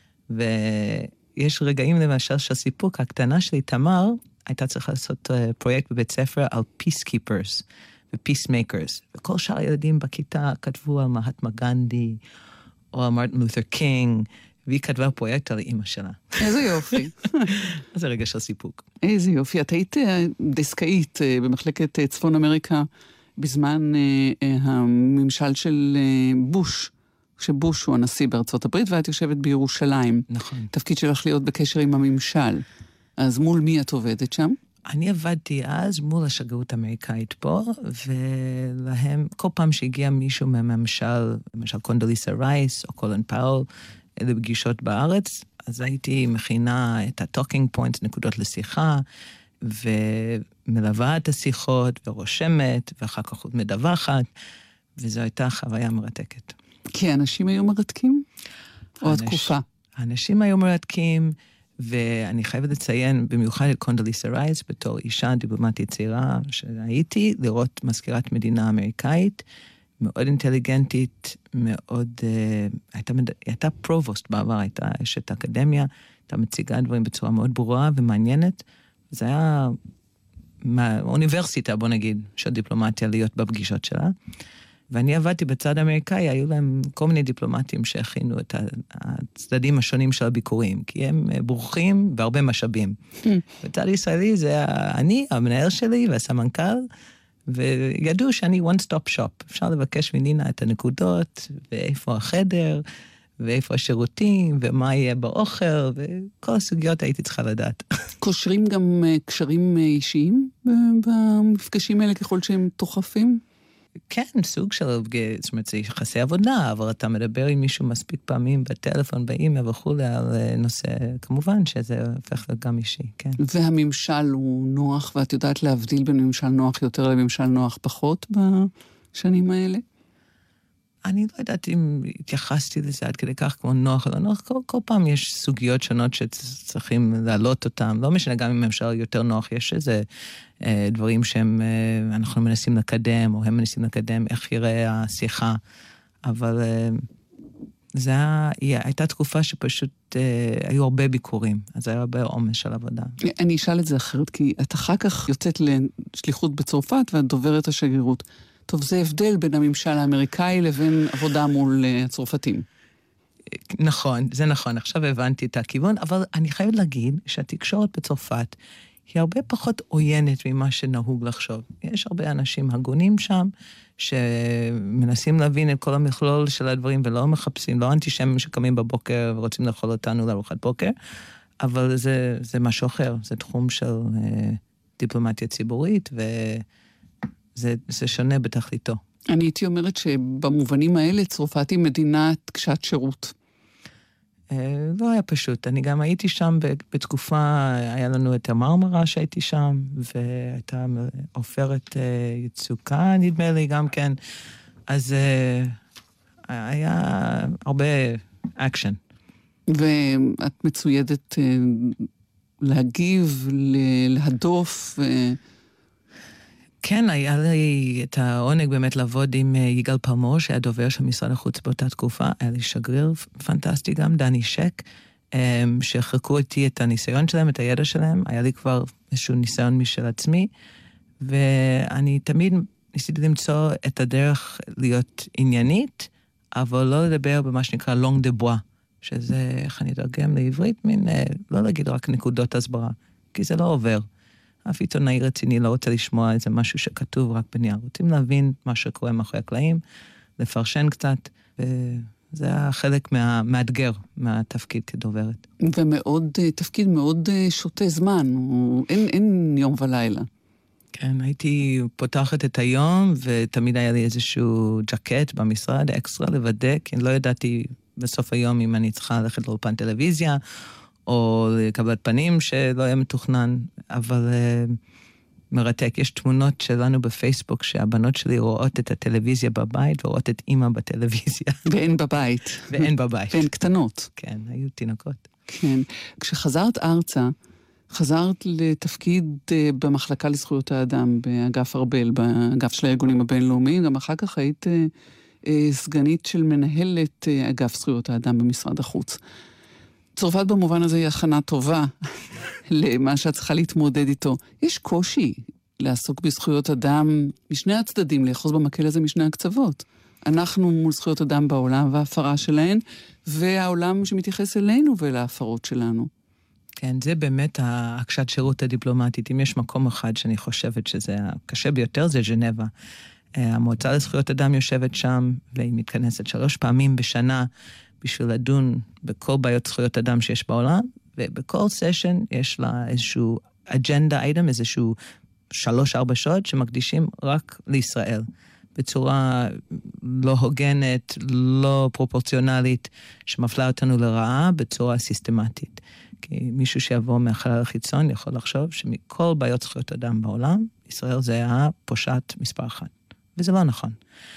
ויש רגעים למשל שהסיפוק, הקטנה שלי, תמר, הייתה צריכה לעשות פרויקט בבית ספר על peacekeepers ו-peacemakers. וכל שאר הילדים בכיתה כתבו על מהטמה גנדי, או על מרטין לותר קינג, והיא כתבה פרויקט על אמא שלה. איזה יופי. זה רגע של סיפוק. איזה יופי. את היית דסקאית במחלקת צפון אמריקה, בזמן הממשל של בוש, שבוש הוא הנשיא בארצות הברית, ואת יושבת בירושלים. נכון. תפקיד שלך להיות בקשר עם הממשל. אז מול מי את עובדת שם? אני עבדתי אז מול השגרירות האמריקאית פה, ולהם, כל פעם שהגיע מישהו מהממשל, למשל קונדוליסה רייס או קולין פאול, אלה פגישות בארץ, אז הייתי מכינה את ה-talking points, נקודות לשיחה, ומלווה את השיחות, ורושמת, ואחר כך עוד מדווחת, וזו הייתה חוויה מרתקת. כי האנשים היו מרתקים? או התקופה? האנשים היו מרתקים, ואני חייבת לציין במיוחד את קונדוליסה רייס, בתור אישה דיפלומטית צעירה שהייתי, לראות מזכירת מדינה אמריקאית, מאוד אינטליגנטית, מאוד, הייתה פרובוסט בעבר, הייתה אשת אקדמיה, הייתה מציגה דברים בצורה מאוד ברורה ומעניינת, זה היה אוניברסיטה, בוא נגיד, של דיפלומטיה להיות בפגישות שלה. ואני עבדתי בצד האמריקאי, היו להם כל מיני דיפלומטים שהכינו את הצדדים השונים של הביקורים, כי הם ברוכים בהרבה משאבים. בצד הישראלי זה אני, המנהל שלי והסמנכ"ל, וידעו שאני one stop shop. אפשר לבקש מנינה את הנקודות, ואיפה החדר, ואיפה השירותים, ומה יהיה באוכל, וכל הסוגיות הייתי צריכה לדעת. קושרים גם קשרים אישיים במפגשים האלה ככל שהם תוחפים? כן, סוג של, זאת אומרת, זה יחסי עבודה, אבל אתה מדבר עם מישהו מספיק פעמים בטלפון, באימייל וכולי, על נושא, כמובן שזה הופך להיות גם אישי, כן. והממשל הוא נוח, ואת יודעת להבדיל בין ממשל נוח יותר לממשל נוח פחות בשנים האלה? אני לא יודעת אם התייחסתי לזה עד כדי כך כמו נוח או לא נוח, כל פעם יש סוגיות שונות שצריכים להעלות אותם, לא משנה גם אם ממשל יותר נוח, יש איזה דברים שהם, אנחנו מנסים לקדם, או הם מנסים לקדם, איך יראה השיחה, אבל זה הייתה תקופה שפשוט היו הרבה ביקורים, אז היה הרבה עומס של עבודה. אני אשאל את זה אחרת, כי את אחר כך יוצאת לשליחות בצרפת, ואת דוברת השגרירות. טוב, זה הבדל בין הממשל האמריקאי לבין עבודה מול הצרפתים. נכון, זה נכון, עכשיו הבנתי את הכיוון, אבל אני חייבת להגיד שהתקשורת בצרפת היא הרבה פחות עוינת ממה שנהוג לחשוב. יש הרבה אנשים הגונים שם, שמנסים להבין את כל המכלול של הדברים, ולא מחפשים, לא אנטישמים שקמים בבוקר ורוצים לאכול אותנו לארוחת בוקר, אבל זה משהו אחר, זה תחום של דיפלומטיה ציבורית, זה שונה בתכליתו. אני הייתי אומרת שבמובנים האלה צרפת היא מדינת קשת שירות. לא היה פשוט. אני גם הייתי שם בתקופה, היה לנו את המרמרה שהייתי שם, והייתה עופרת יצוקה, נדמה לי גם כן. אז היה הרבה אקשן. ואת מצוידת להגיב, להדוף כן, היה לי את העונג באמת לעבוד עם יגאל פלמור, שהיה דובר של משרד החוץ באותה תקופה, היה לי שגריר פנטסטי גם, דני שק, שחרקו איתי את הניסיון שלהם, את הידע שלהם, היה לי כבר איזשהו ניסיון משל עצמי, ואני תמיד ניסיתי למצוא את הדרך להיות עניינית, אבל לא לדבר במה שנקרא לונג דה בואה, שזה, איך אני אתרגם לעברית, לא להגיד רק נקודות הסברה, כי זה לא עובר. אף עיתונאי רציני לא רוצה לשמוע איזה משהו שכתוב רק בנייר. רוצים להבין מה שקורה מאחורי הקלעים, לפרשן קצת, וזה היה חלק מהמאתגר, מהתפקיד כדוברת. ומאוד, תפקיד מאוד שותה זמן, אין יום ולילה. כן, הייתי פותחת את היום, ותמיד היה לי איזשהו ג'קט במשרד, אקסטרה לוודא, כי לא ידעתי בסוף היום אם אני צריכה ללכת לאולפן טלוויזיה, או לקבלת פנים שלא היה מתוכנן, אבל מרתק. יש תמונות שלנו בפייסבוק, שהבנות שלי רואות את הטלוויזיה בבית, ורואות את אמא בטלוויזיה. ואין בבית. ואין בבית. והן קטנות. כן, היו תינוקות. כן. כשחזרת ארצה, חזרת לתפקיד במחלקה לזכויות האדם, באגף ארבל, באגף של הארגונים הבינלאומיים, גם אחר כך היית סגנית של מנהלת אגף זכויות האדם במשרד החוץ. צרפת במובן הזה היא הכנה טובה למה שאת צריכה להתמודד איתו. יש קושי לעסוק בזכויות אדם משני הצדדים, לאחוז במקל הזה משני הקצוות. אנחנו מול זכויות אדם בעולם וההפרה שלהן, והעולם שמתייחס אלינו ולהפרות שלנו. כן, זה באמת הקשת שירות הדיפלומטית. אם יש מקום אחד שאני חושבת שזה הקשה ביותר, זה ז'נבה. המועצה לזכויות אדם יושבת שם, והיא מתכנסת 3 פעמים בשנה, בשביל לדון בכל בעיות זכויות אדם שיש בעולם, ובכל סשן יש לה איזשהו אג'נדה אייטם, איזשהו 3-4 שעות שמקדישים רק לישראל, בצורה לא הוגנת, לא פרופורציונלית, שמפלה אותנו לרעה בצורה סיסטמטית. כי מישהו שיבוא מהחלל החיצון יכול לחשוב שמכל בעיות זכויות אדם בעולם, ישראל זה הפושעת מספר 1. וזה לא נכון.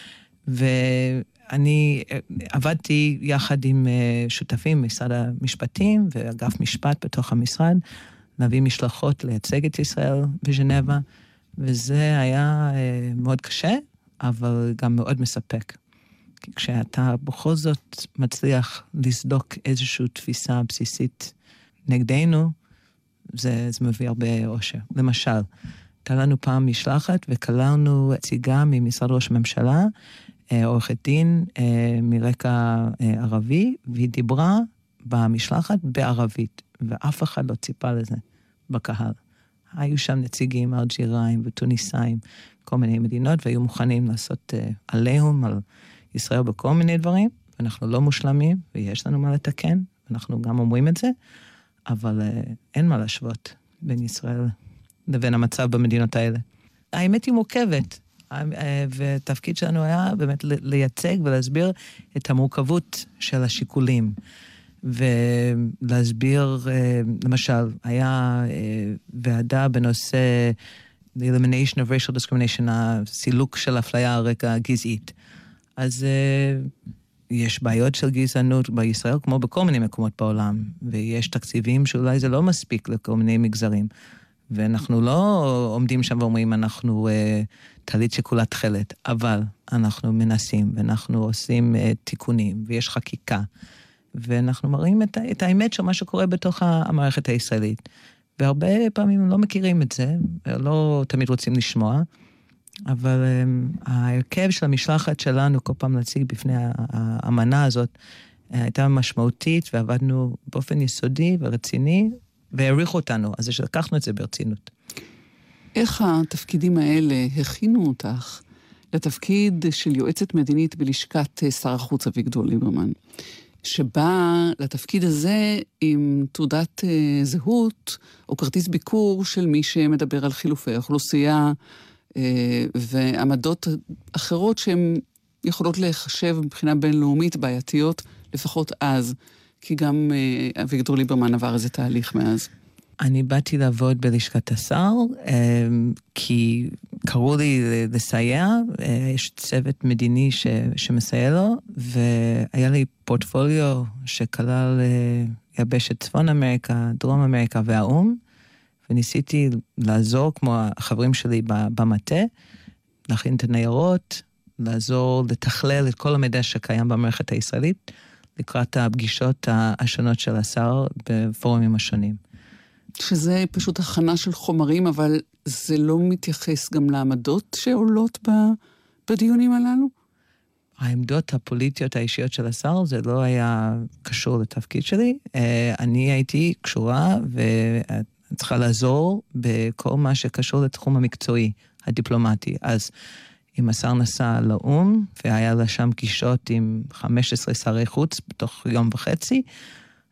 אני עבדתי יחד עם שותפים משרד המשפטים ואגף משפט בתוך המשרד, להביא משלחות לייצג את ישראל בז'נבה, וזה היה מאוד קשה, אבל גם מאוד מספק. כי כשאתה בכל זאת מצליח לסדוק איזושהי תפיסה בסיסית נגדנו, זה מביא הרבה אושר. למשל, הייתה לנו פעם משלחת וכללנו ציגה ממשרד ראש הממשלה, עורכת דין מרקע ערבי, והיא דיברה במשלחת בערבית, ואף אחד לא ציפה לזה בקהל. היו שם נציגים אלג'יראים וטוניסאים, כל מיני מדינות, והיו מוכנים לעשות עליהם על ישראל בכל מיני דברים, ואנחנו לא מושלמים, ויש לנו מה לתקן, אנחנו גם אומרים את זה, אבל אין מה להשוות בין ישראל לבין המצב במדינות האלה. האמת היא מורכבת, ותפקיד שלנו היה באמת לייצג ולהסביר את המורכבות של השיקולים, ולהסביר, למשל, היה ועדה בנושא the elimination of racial discrimination, הסילוק של אפליה על רקע גזעית. אז יש בעיות של גזענות בישראל, כמו בכל מיני מקומות בעולם, ויש תקציבים שאולי זה לא מספיק לכל מיני מגזרים. ואנחנו לא עומדים שם ואומרים, אנחנו תלית שכולה תחלת, אבל אנחנו מנסים, ואנחנו עושים תיקונים, ויש חקיקה, ואנחנו מראים את האמת של מה שקורה בתוך המערכת הישראלית. והרבה פעמים לא מכירים את זה, לא תמיד רוצים לשמוע, אבל ההרכב של המשלחת שלנו, כל פעם להציג בפני האמנה הזאת, הייתה משמעותית, ועבדנו באופן יסודי ורציני, והעריכו אותנו, אז לקחנו את זה ברצינות. איך התפקידים האלה הכינו אותך לתפקיד של יועצת מדינית בלשכת שר החוץ אביגדור ליברמן, שבא לתפקיד הזה עם תעודת זהות או כרטיס ביקור של מי שמדבר על חילופי אוכלוסייה ועמדות אחרות שהן יכולות להיחשב מבחינה בינלאומית בעייתיות, לפחות אז, כי גם אביגדור ליברמן עבר איזה תהליך מאז. אני באתי לעבוד בלשכת השר, כי קראו לי לסייע, יש צוות מדיני שמסייע לו, והיה לי פורטפוליו שכלל יבשת צפון אמריקה, דרום אמריקה והאום, וניסיתי לעזור, כמו החברים שלי במטה, להכין את הניירות, לעזור לתכלל את כל המידע שקיים במערכת הישראלית, לקראת הפגישות השונות של השר בפורומים השונים. שזה פשוט הכנה של חומרים, אבל זה לא מתייחס גם לעמדות שעולות בדיונים הללו? העמדות הפוליטיות האישיות של השר, זה לא היה קשור לתפקיד שלי. אני הייתי קשורה וצריכה לעזור בכל מה שקשור לתחום המקצועי, הדיפלומטי. אז אם השר נסע לאום, והיה לה שם פגישות עם 15 שרי חוץ בתוך יום וחצי,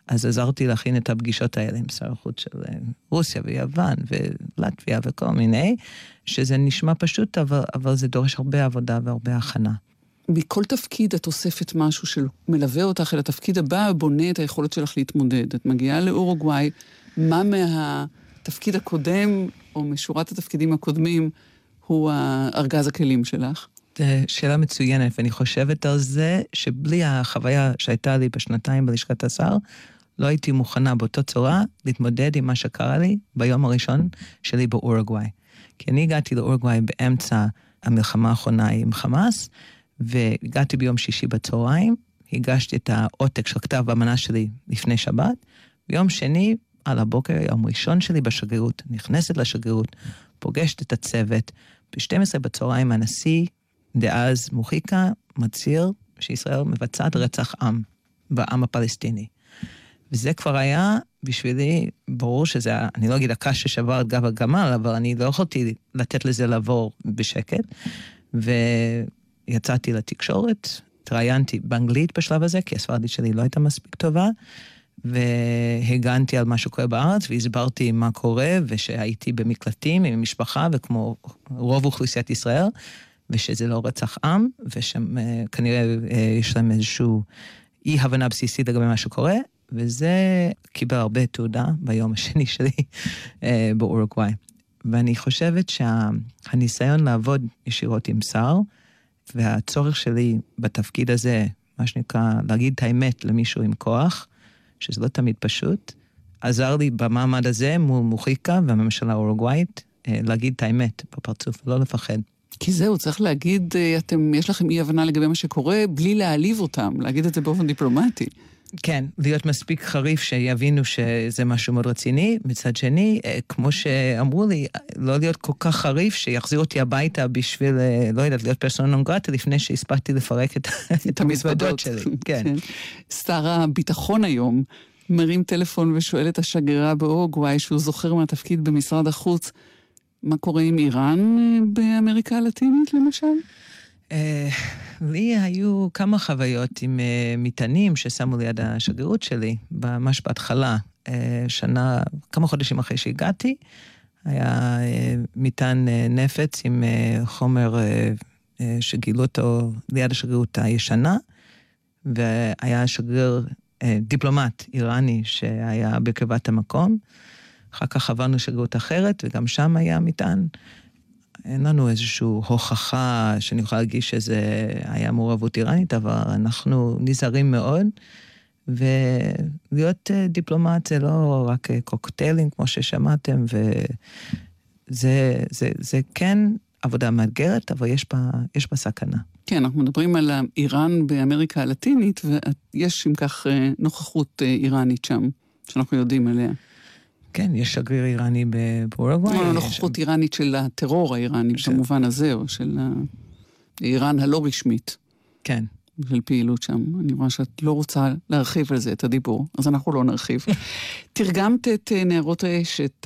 אז עזרתי להכין את הפגישות האלה עם שר החוץ של רוסיה ויוון ולטביה וכל מיני, שזה נשמע פשוט, אבל זה דורש הרבה עבודה והרבה הכנה. מכל תפקיד את אוספת משהו שמלווה אותך אל התפקיד הבא, בונה את היכולת שלך להתמודד. את מגיעה לאורוגוואי, מה מהתפקיד הקודם, או משורת התפקידים הקודמים, הוא ארגז הכלים שלך? שאלה מצוינת, ואני חושבת על זה שבלי החוויה שהייתה לי בשנתיים בלשכת השר, לא הייתי מוכנה באותו צורה להתמודד עם מה שקרה לי ביום הראשון שלי באורוגוואי. כי אני הגעתי לאורוגוואי באמצע המלחמה האחרונה עם חמאס, והגעתי ביום שישי בצהריים, הגשתי את העותק של כתב האמנה שלי לפני שבת, ביום שני על הבוקר, יום ראשון שלי בשגרירות, נכנסת לשגרירות, פוגשת את הצוות, ב-12 בצהריים הנשיא דאז מוחיקה מצהיר שישראל מבצעת רצח עם בעם הפלסטיני. וזה כבר היה בשבילי, ברור שזה, אני לא אגיד הקש ששבר את גב הגמל, אבל אני לא יכולתי לתת לזה לעבור בשקט, ויצאתי לתקשורת, התראיינתי באנגלית בשלב הזה, כי הספרדית שלי לא הייתה מספיק טובה, והגנתי על מה שקורה בארץ, והסברתי מה קורה, ושהייתי במקלטים עם משפחה, וכמו רוב אוכלוסיית ישראל, ושזה לא רצח עם, ושכנראה יש להם איזשהו אי הבנה בסיסית לגבי מה שקורה, וזה קיבל הרבה תעודה ביום השני שלי באורוגוואי. ואני חושבת שהניסיון לעבוד ישירות עם שר, והצורך שלי בתפקיד הזה, מה שנקרא, להגיד את האמת למישהו עם כוח, שזה לא תמיד פשוט, עזר לי במעמד הזה מול מוחיקה והממשלה האורוגוואית, להגיד את האמת בפרצוף, ולא לפחד. כי זהו, צריך להגיד, יש לכם אי הבנה לגבי מה שקורה, בלי להעליב אותם, להגיד את זה באופן דיפלומטי. כן, להיות מספיק חריף שיבינו שזה משהו מאוד רציני. מצד שני, כמו שאמרו לי, לא להיות כל כך חריף שיחזיר אותי הביתה בשביל, לא יודעת, להיות פרסונה נון גרטה, לפני שהספקתי לפרק את המזוודות שלי. כן. שר הביטחון היום מרים טלפון ושואל את השגרירה באורוגוואי, שהוא זוכר מהתפקיד במשרד החוץ, מה קורה עם איראן באמריקה הלטינית, למשל? לי היו כמה חוויות עם מטענים ששמו ליד השגרירות שלי, ממש בהתחלה, כמה חודשים אחרי שהגעתי, היה מטען נפץ עם חומר שגילו אותו ליד השגרירות הישנה, והיה שגריר דיפלומט איראני שהיה בקרבת המקום, אחר כך עברנו שגרירות אחרת, וגם שם היה מטען. אין לנו איזושהי הוכחה שאני יכולה להגיש שזה היה מעורבות איראנית, אבל אנחנו נזהרים מאוד, ולהיות דיפלומט זה לא רק קוקטיילים, כמו ששמעתם, וזה כן עבודה מאתגרת, אבל יש בה סכנה. כן, אנחנו מדברים על איראן באמריקה הלטינית, ויש עם כך נוכחות איראנית שם, שאנחנו יודעים עליה. כן, יש שגריר איראני באורוגוואי. נוכחות איראנית של הטרור האיראני, במובן הזה, או של איראן הלא רשמית. כן. של פעילות שם. אני רואה שאת לא רוצה להרחיב על זה, את הדיבור, אז אנחנו לא נרחיב. תרגמת את נערות האש, את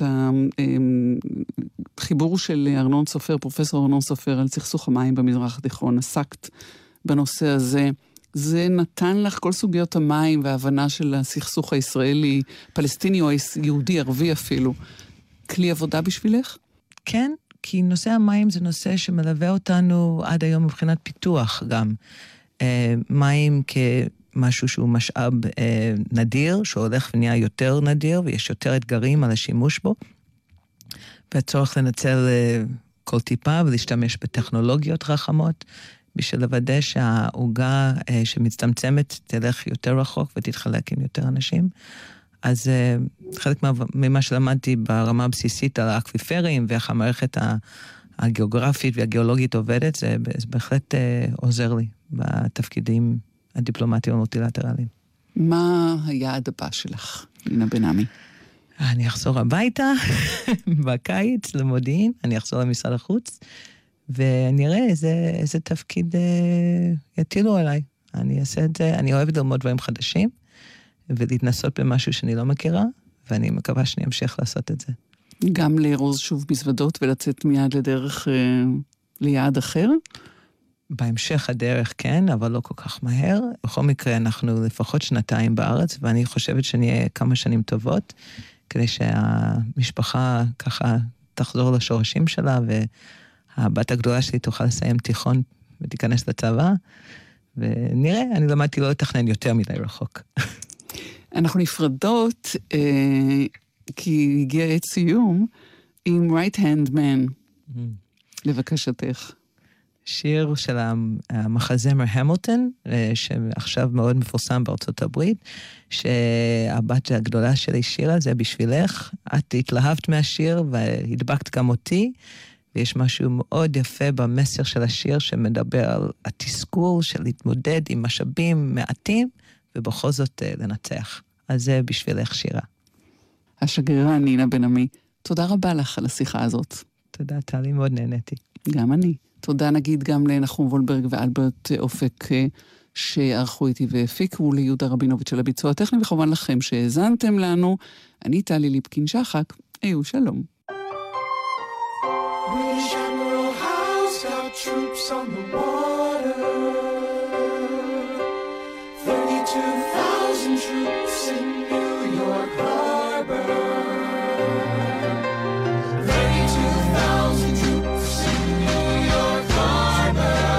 החיבור של ארנון סופר, פרופסור ארנון סופר, על סכסוך המים במזרח התיכון. עסקת בנושא הזה. זה נתן לך כל סוגיות המים וההבנה של הסכסוך הישראלי, פלסטיני או יהודי, ערבי אפילו. כלי עבודה בשבילך? כן, כי נושא המים זה נושא שמלווה אותנו עד היום מבחינת פיתוח גם. מים כמשהו שהוא משאב נדיר, שהולך ונהיה יותר נדיר, ויש יותר אתגרים על השימוש בו, והצורך לנצל כל טיפה ולהשתמש בטכנולוגיות רחמות, בשביל לוודא שהעוגה שמצטמצמת תלך יותר רחוק ותתחלק עם יותר אנשים. אז חלק ממה שלמדתי ברמה הבסיסית על האקוויפרים ואיך המערכת הגיאוגרפית והגיאולוגית עובדת, זה בהחלט עוזר לי בתפקידים הדיפלומטיים המולטילטרליים. מה היעד הבא שלך, נינה בן עמי? אני אחזור הביתה בקיץ למודיעין, אני אחזור למשרד החוץ, ואני אראה איזה תפקיד יטילו עליי. אני אעשה את זה, אני אוהבת ללמוד דברים חדשים, ולהתנסות במשהו שאני לא מכירה, ואני מקווה שאני אמשיך לעשות את זה. גם לארוז שוב מזוודות ולצאת מיד לדרך ליעד אחר? בהמשך הדרך כן, אבל לא כל כך מהר. בכל מקרה אנחנו לפחות 2 בארץ, ואני חושבת שנהיה כמה שנים טובות, כדי שהמשפחה ככה תחזור לשורשים שלה, והבת הגדולה שלי תוכל לסיים תיכון ותיכנס לצבא, ונראה, אני למדתי לא לתכנן יותר מדי רחוק. אנחנו נפרדות, כי הגיע את סיום, עם Right Hand Man, לבקשתך. שיר של המחזמר המילטון, שעכשיו מאוד מפורסם בארצות הברית, שהבת הגדולה שלי שירה, זה בשבילך, את התלהבת מהשיר והדבקת גם אותי, ויש משהו מאוד יפה במסר של השיר שמדבר על התסכול של להתמודד עם משאבים מעטים, ובכל זאת לנצח. אז זה בשבילך שירה. השגרירה נינה בן עמי, תודה רבה לך על השיחה הזאת. תודה, טלי, מאוד נהניתי. גם אני. תודה נגיד גם לנחום וולברג ואלברט אופק שערכו איתי והפיקו, ליהודה רבינוביץ' על הביצוע הטכני, וכמובן לכם שהאזנתם לנו. אני טלי ליפקין שחק, היו שלום. Troops on the water, 32,000 troops in New York Harbor, 32,000 troops in New York Harbor,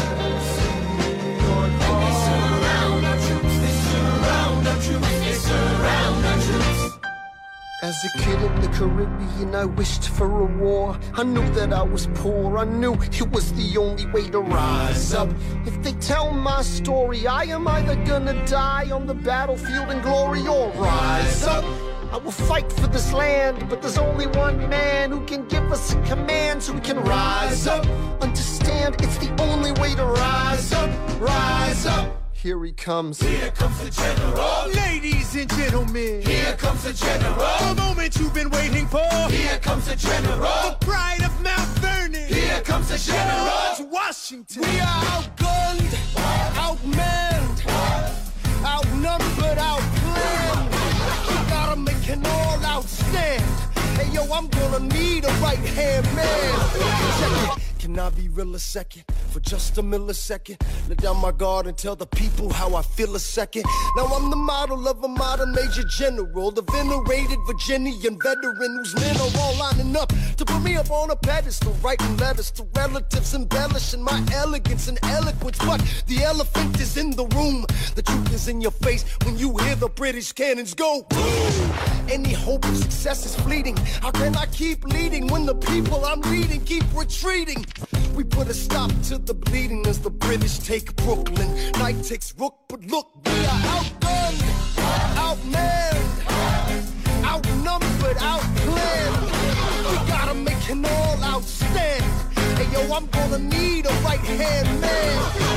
and they surround our troops, they surround our troops, they surround our troops. As a kid in the Caribbean, I wished for a war. I knew that I was poor, I knew it was the only way to rise up. If they tell my story, I am either gonna die on the battlefield in glory or rise up. I will fight for this land, but there's only one man who can give us a command so we can rise up. Understand, it's the only way to rise up, rise up. Here he comes. Here comes the general. Ladies and gentlemen. Here comes the general. The moment you've been waiting for. Here comes the general. The pride of Mount Vernon. Here comes the general. George Washington. We are outgunned, outmanned, outnumbered, outplanned. We gotta make an all-out stand. Hey yo, I'm gonna need a right-hand man. Check it. Can I be real a second? For just a millisecond, let down my guard and tell the people how I feel a second. Now I'm the model of a modern major general, the venerated Virginian veteran whose men are all lining up to put me up on a pedestal, writing letters to relatives, embellishing my elegance and eloquence. But the elephant is in the room, the truth is in your face when you hear the British cannons go boom. Any hope of success is fleeting. How can I keep leading when the people I'm leading keep retreating? We put a stop to the bleeding as the British take Brooklyn. Night takes Rook, but look, we are outgunned, outmanned, outnumbered, outplanned. We gotta make an all-out stand. Hey yo, I'm gonna need a right-hand man.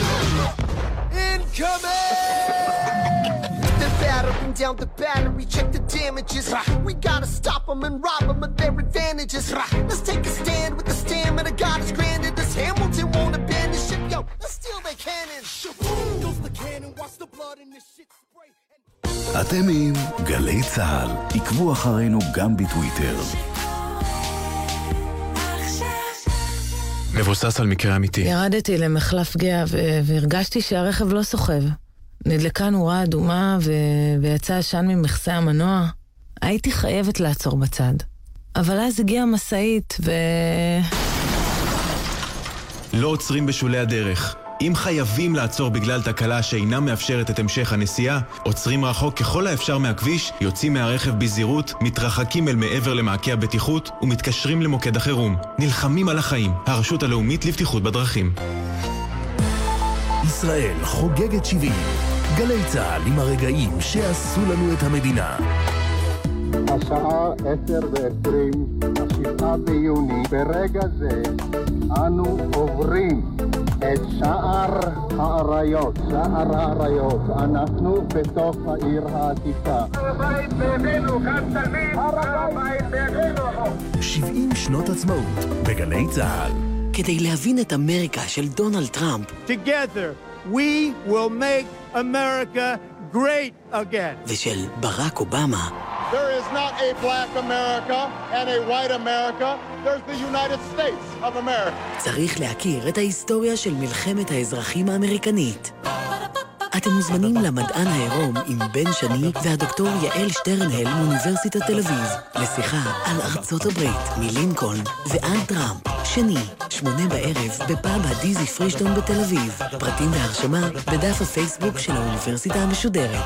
Incoming! Battering down the battery, check the damages. We gotta stop them and rob them of their advantages. Let's take a stand with the stamina God has granted us. Hamilton won't abandon ship, yo, let's steal their cannons. Goes the cannon, watch the blood in this shit spray. אתם עם גלי צהל, עקבו אחרינו גם בטוויטר. מבוסס על מקרה אמיתי. ירדתי למחלף גאה והרגשתי שהרכב לא סוחב. נדלקה נורה אדומה ויצא עשן ממכסה המנוע. הייתי חייבת לעצור בצד. אבל אז הגיעה משאית לא עוצרים בשולי הדרך. אם חייבים לעצור בגלל תקלה שאינה מאפשרת את המשך הנסיעה, עוצרים רחוק ככל האפשר מהכביש, יוצאים מהרכב בזהירות, מתרחקים אל מעבר למעקה הבטיחות ומתקשרים למוקד החירום. נלחמים על החיים. הרשות הלאומית לבטיחות בדרכים. ישראל חוגגת 70. גלי צהל עם הרגעים שעשו לנו את המדינה. השעה 10:20, 7 ביוני, ברגע זה אנו עוברים את שער האריות, שער האריות, אנחנו בתוך העיר העתיקה. הר הבית בידינו, כאן תלמיד, הר הבית בידינו. 70 שנות עצמאות בגלי צהל. כדי להבין את אמריקה של דונלד טראמפ. Together we will make America great again. ושל ברק אובמה. There is not a black America and a white America. There's the United States of America. צריך להכיר את ההיסטוריה של מלחמת האזרחים האמריקנית. אתם מוזמנים למדען העירום עם בן שני והדוקטור יעל שטרנהל מאוניברסיטת תל אביב לשיחה על ארצות הברית מלינקולן ועד טראמפ. שני, 8:00 בפאב הדיזי פרישטון בתל אביב. פרטים והרשמה בדף הפייסבוק של האוניברסיטה המשודרת.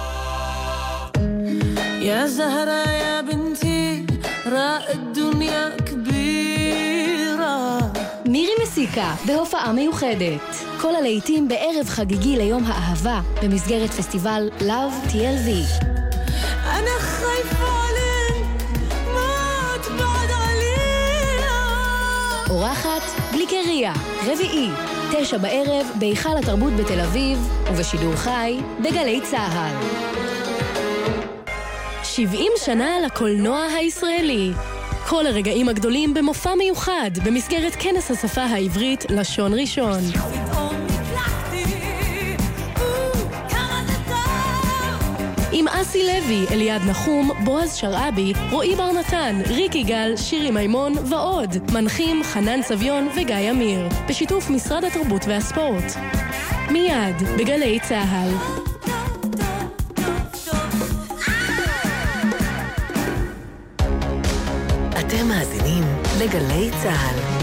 يا زهرة يا بنتي راء الدنيا كبيرة. מירי מסיקה בהופעה מיוחדת. כל הלהיטים בערב חגיגי ליום האהבה במסגרת פסטיבל Love TLV. أنا خايفة عليك ما تبعد عليها. אורחת גליקריה, רביעי, 9:00 בהיכל התרבות בתל אביב ובשידור חי בגלי צהל. 70 שנה לקולנוע הישראלי. כל הרגעים הגדולים במופע מיוחד במסגרת כנס השפה העברית לשון ראשון. עם אסי לוי, אליעד נחום, בועז שרעבי, רועי בר נתן, ריק יגאל, שירי מימון ועוד. מנחים חנן צביון וגיא אמיר, בשיתוף משרד התרבות והספורט. מיד בגלי צהל. אתם מאזינים לגלי צהל.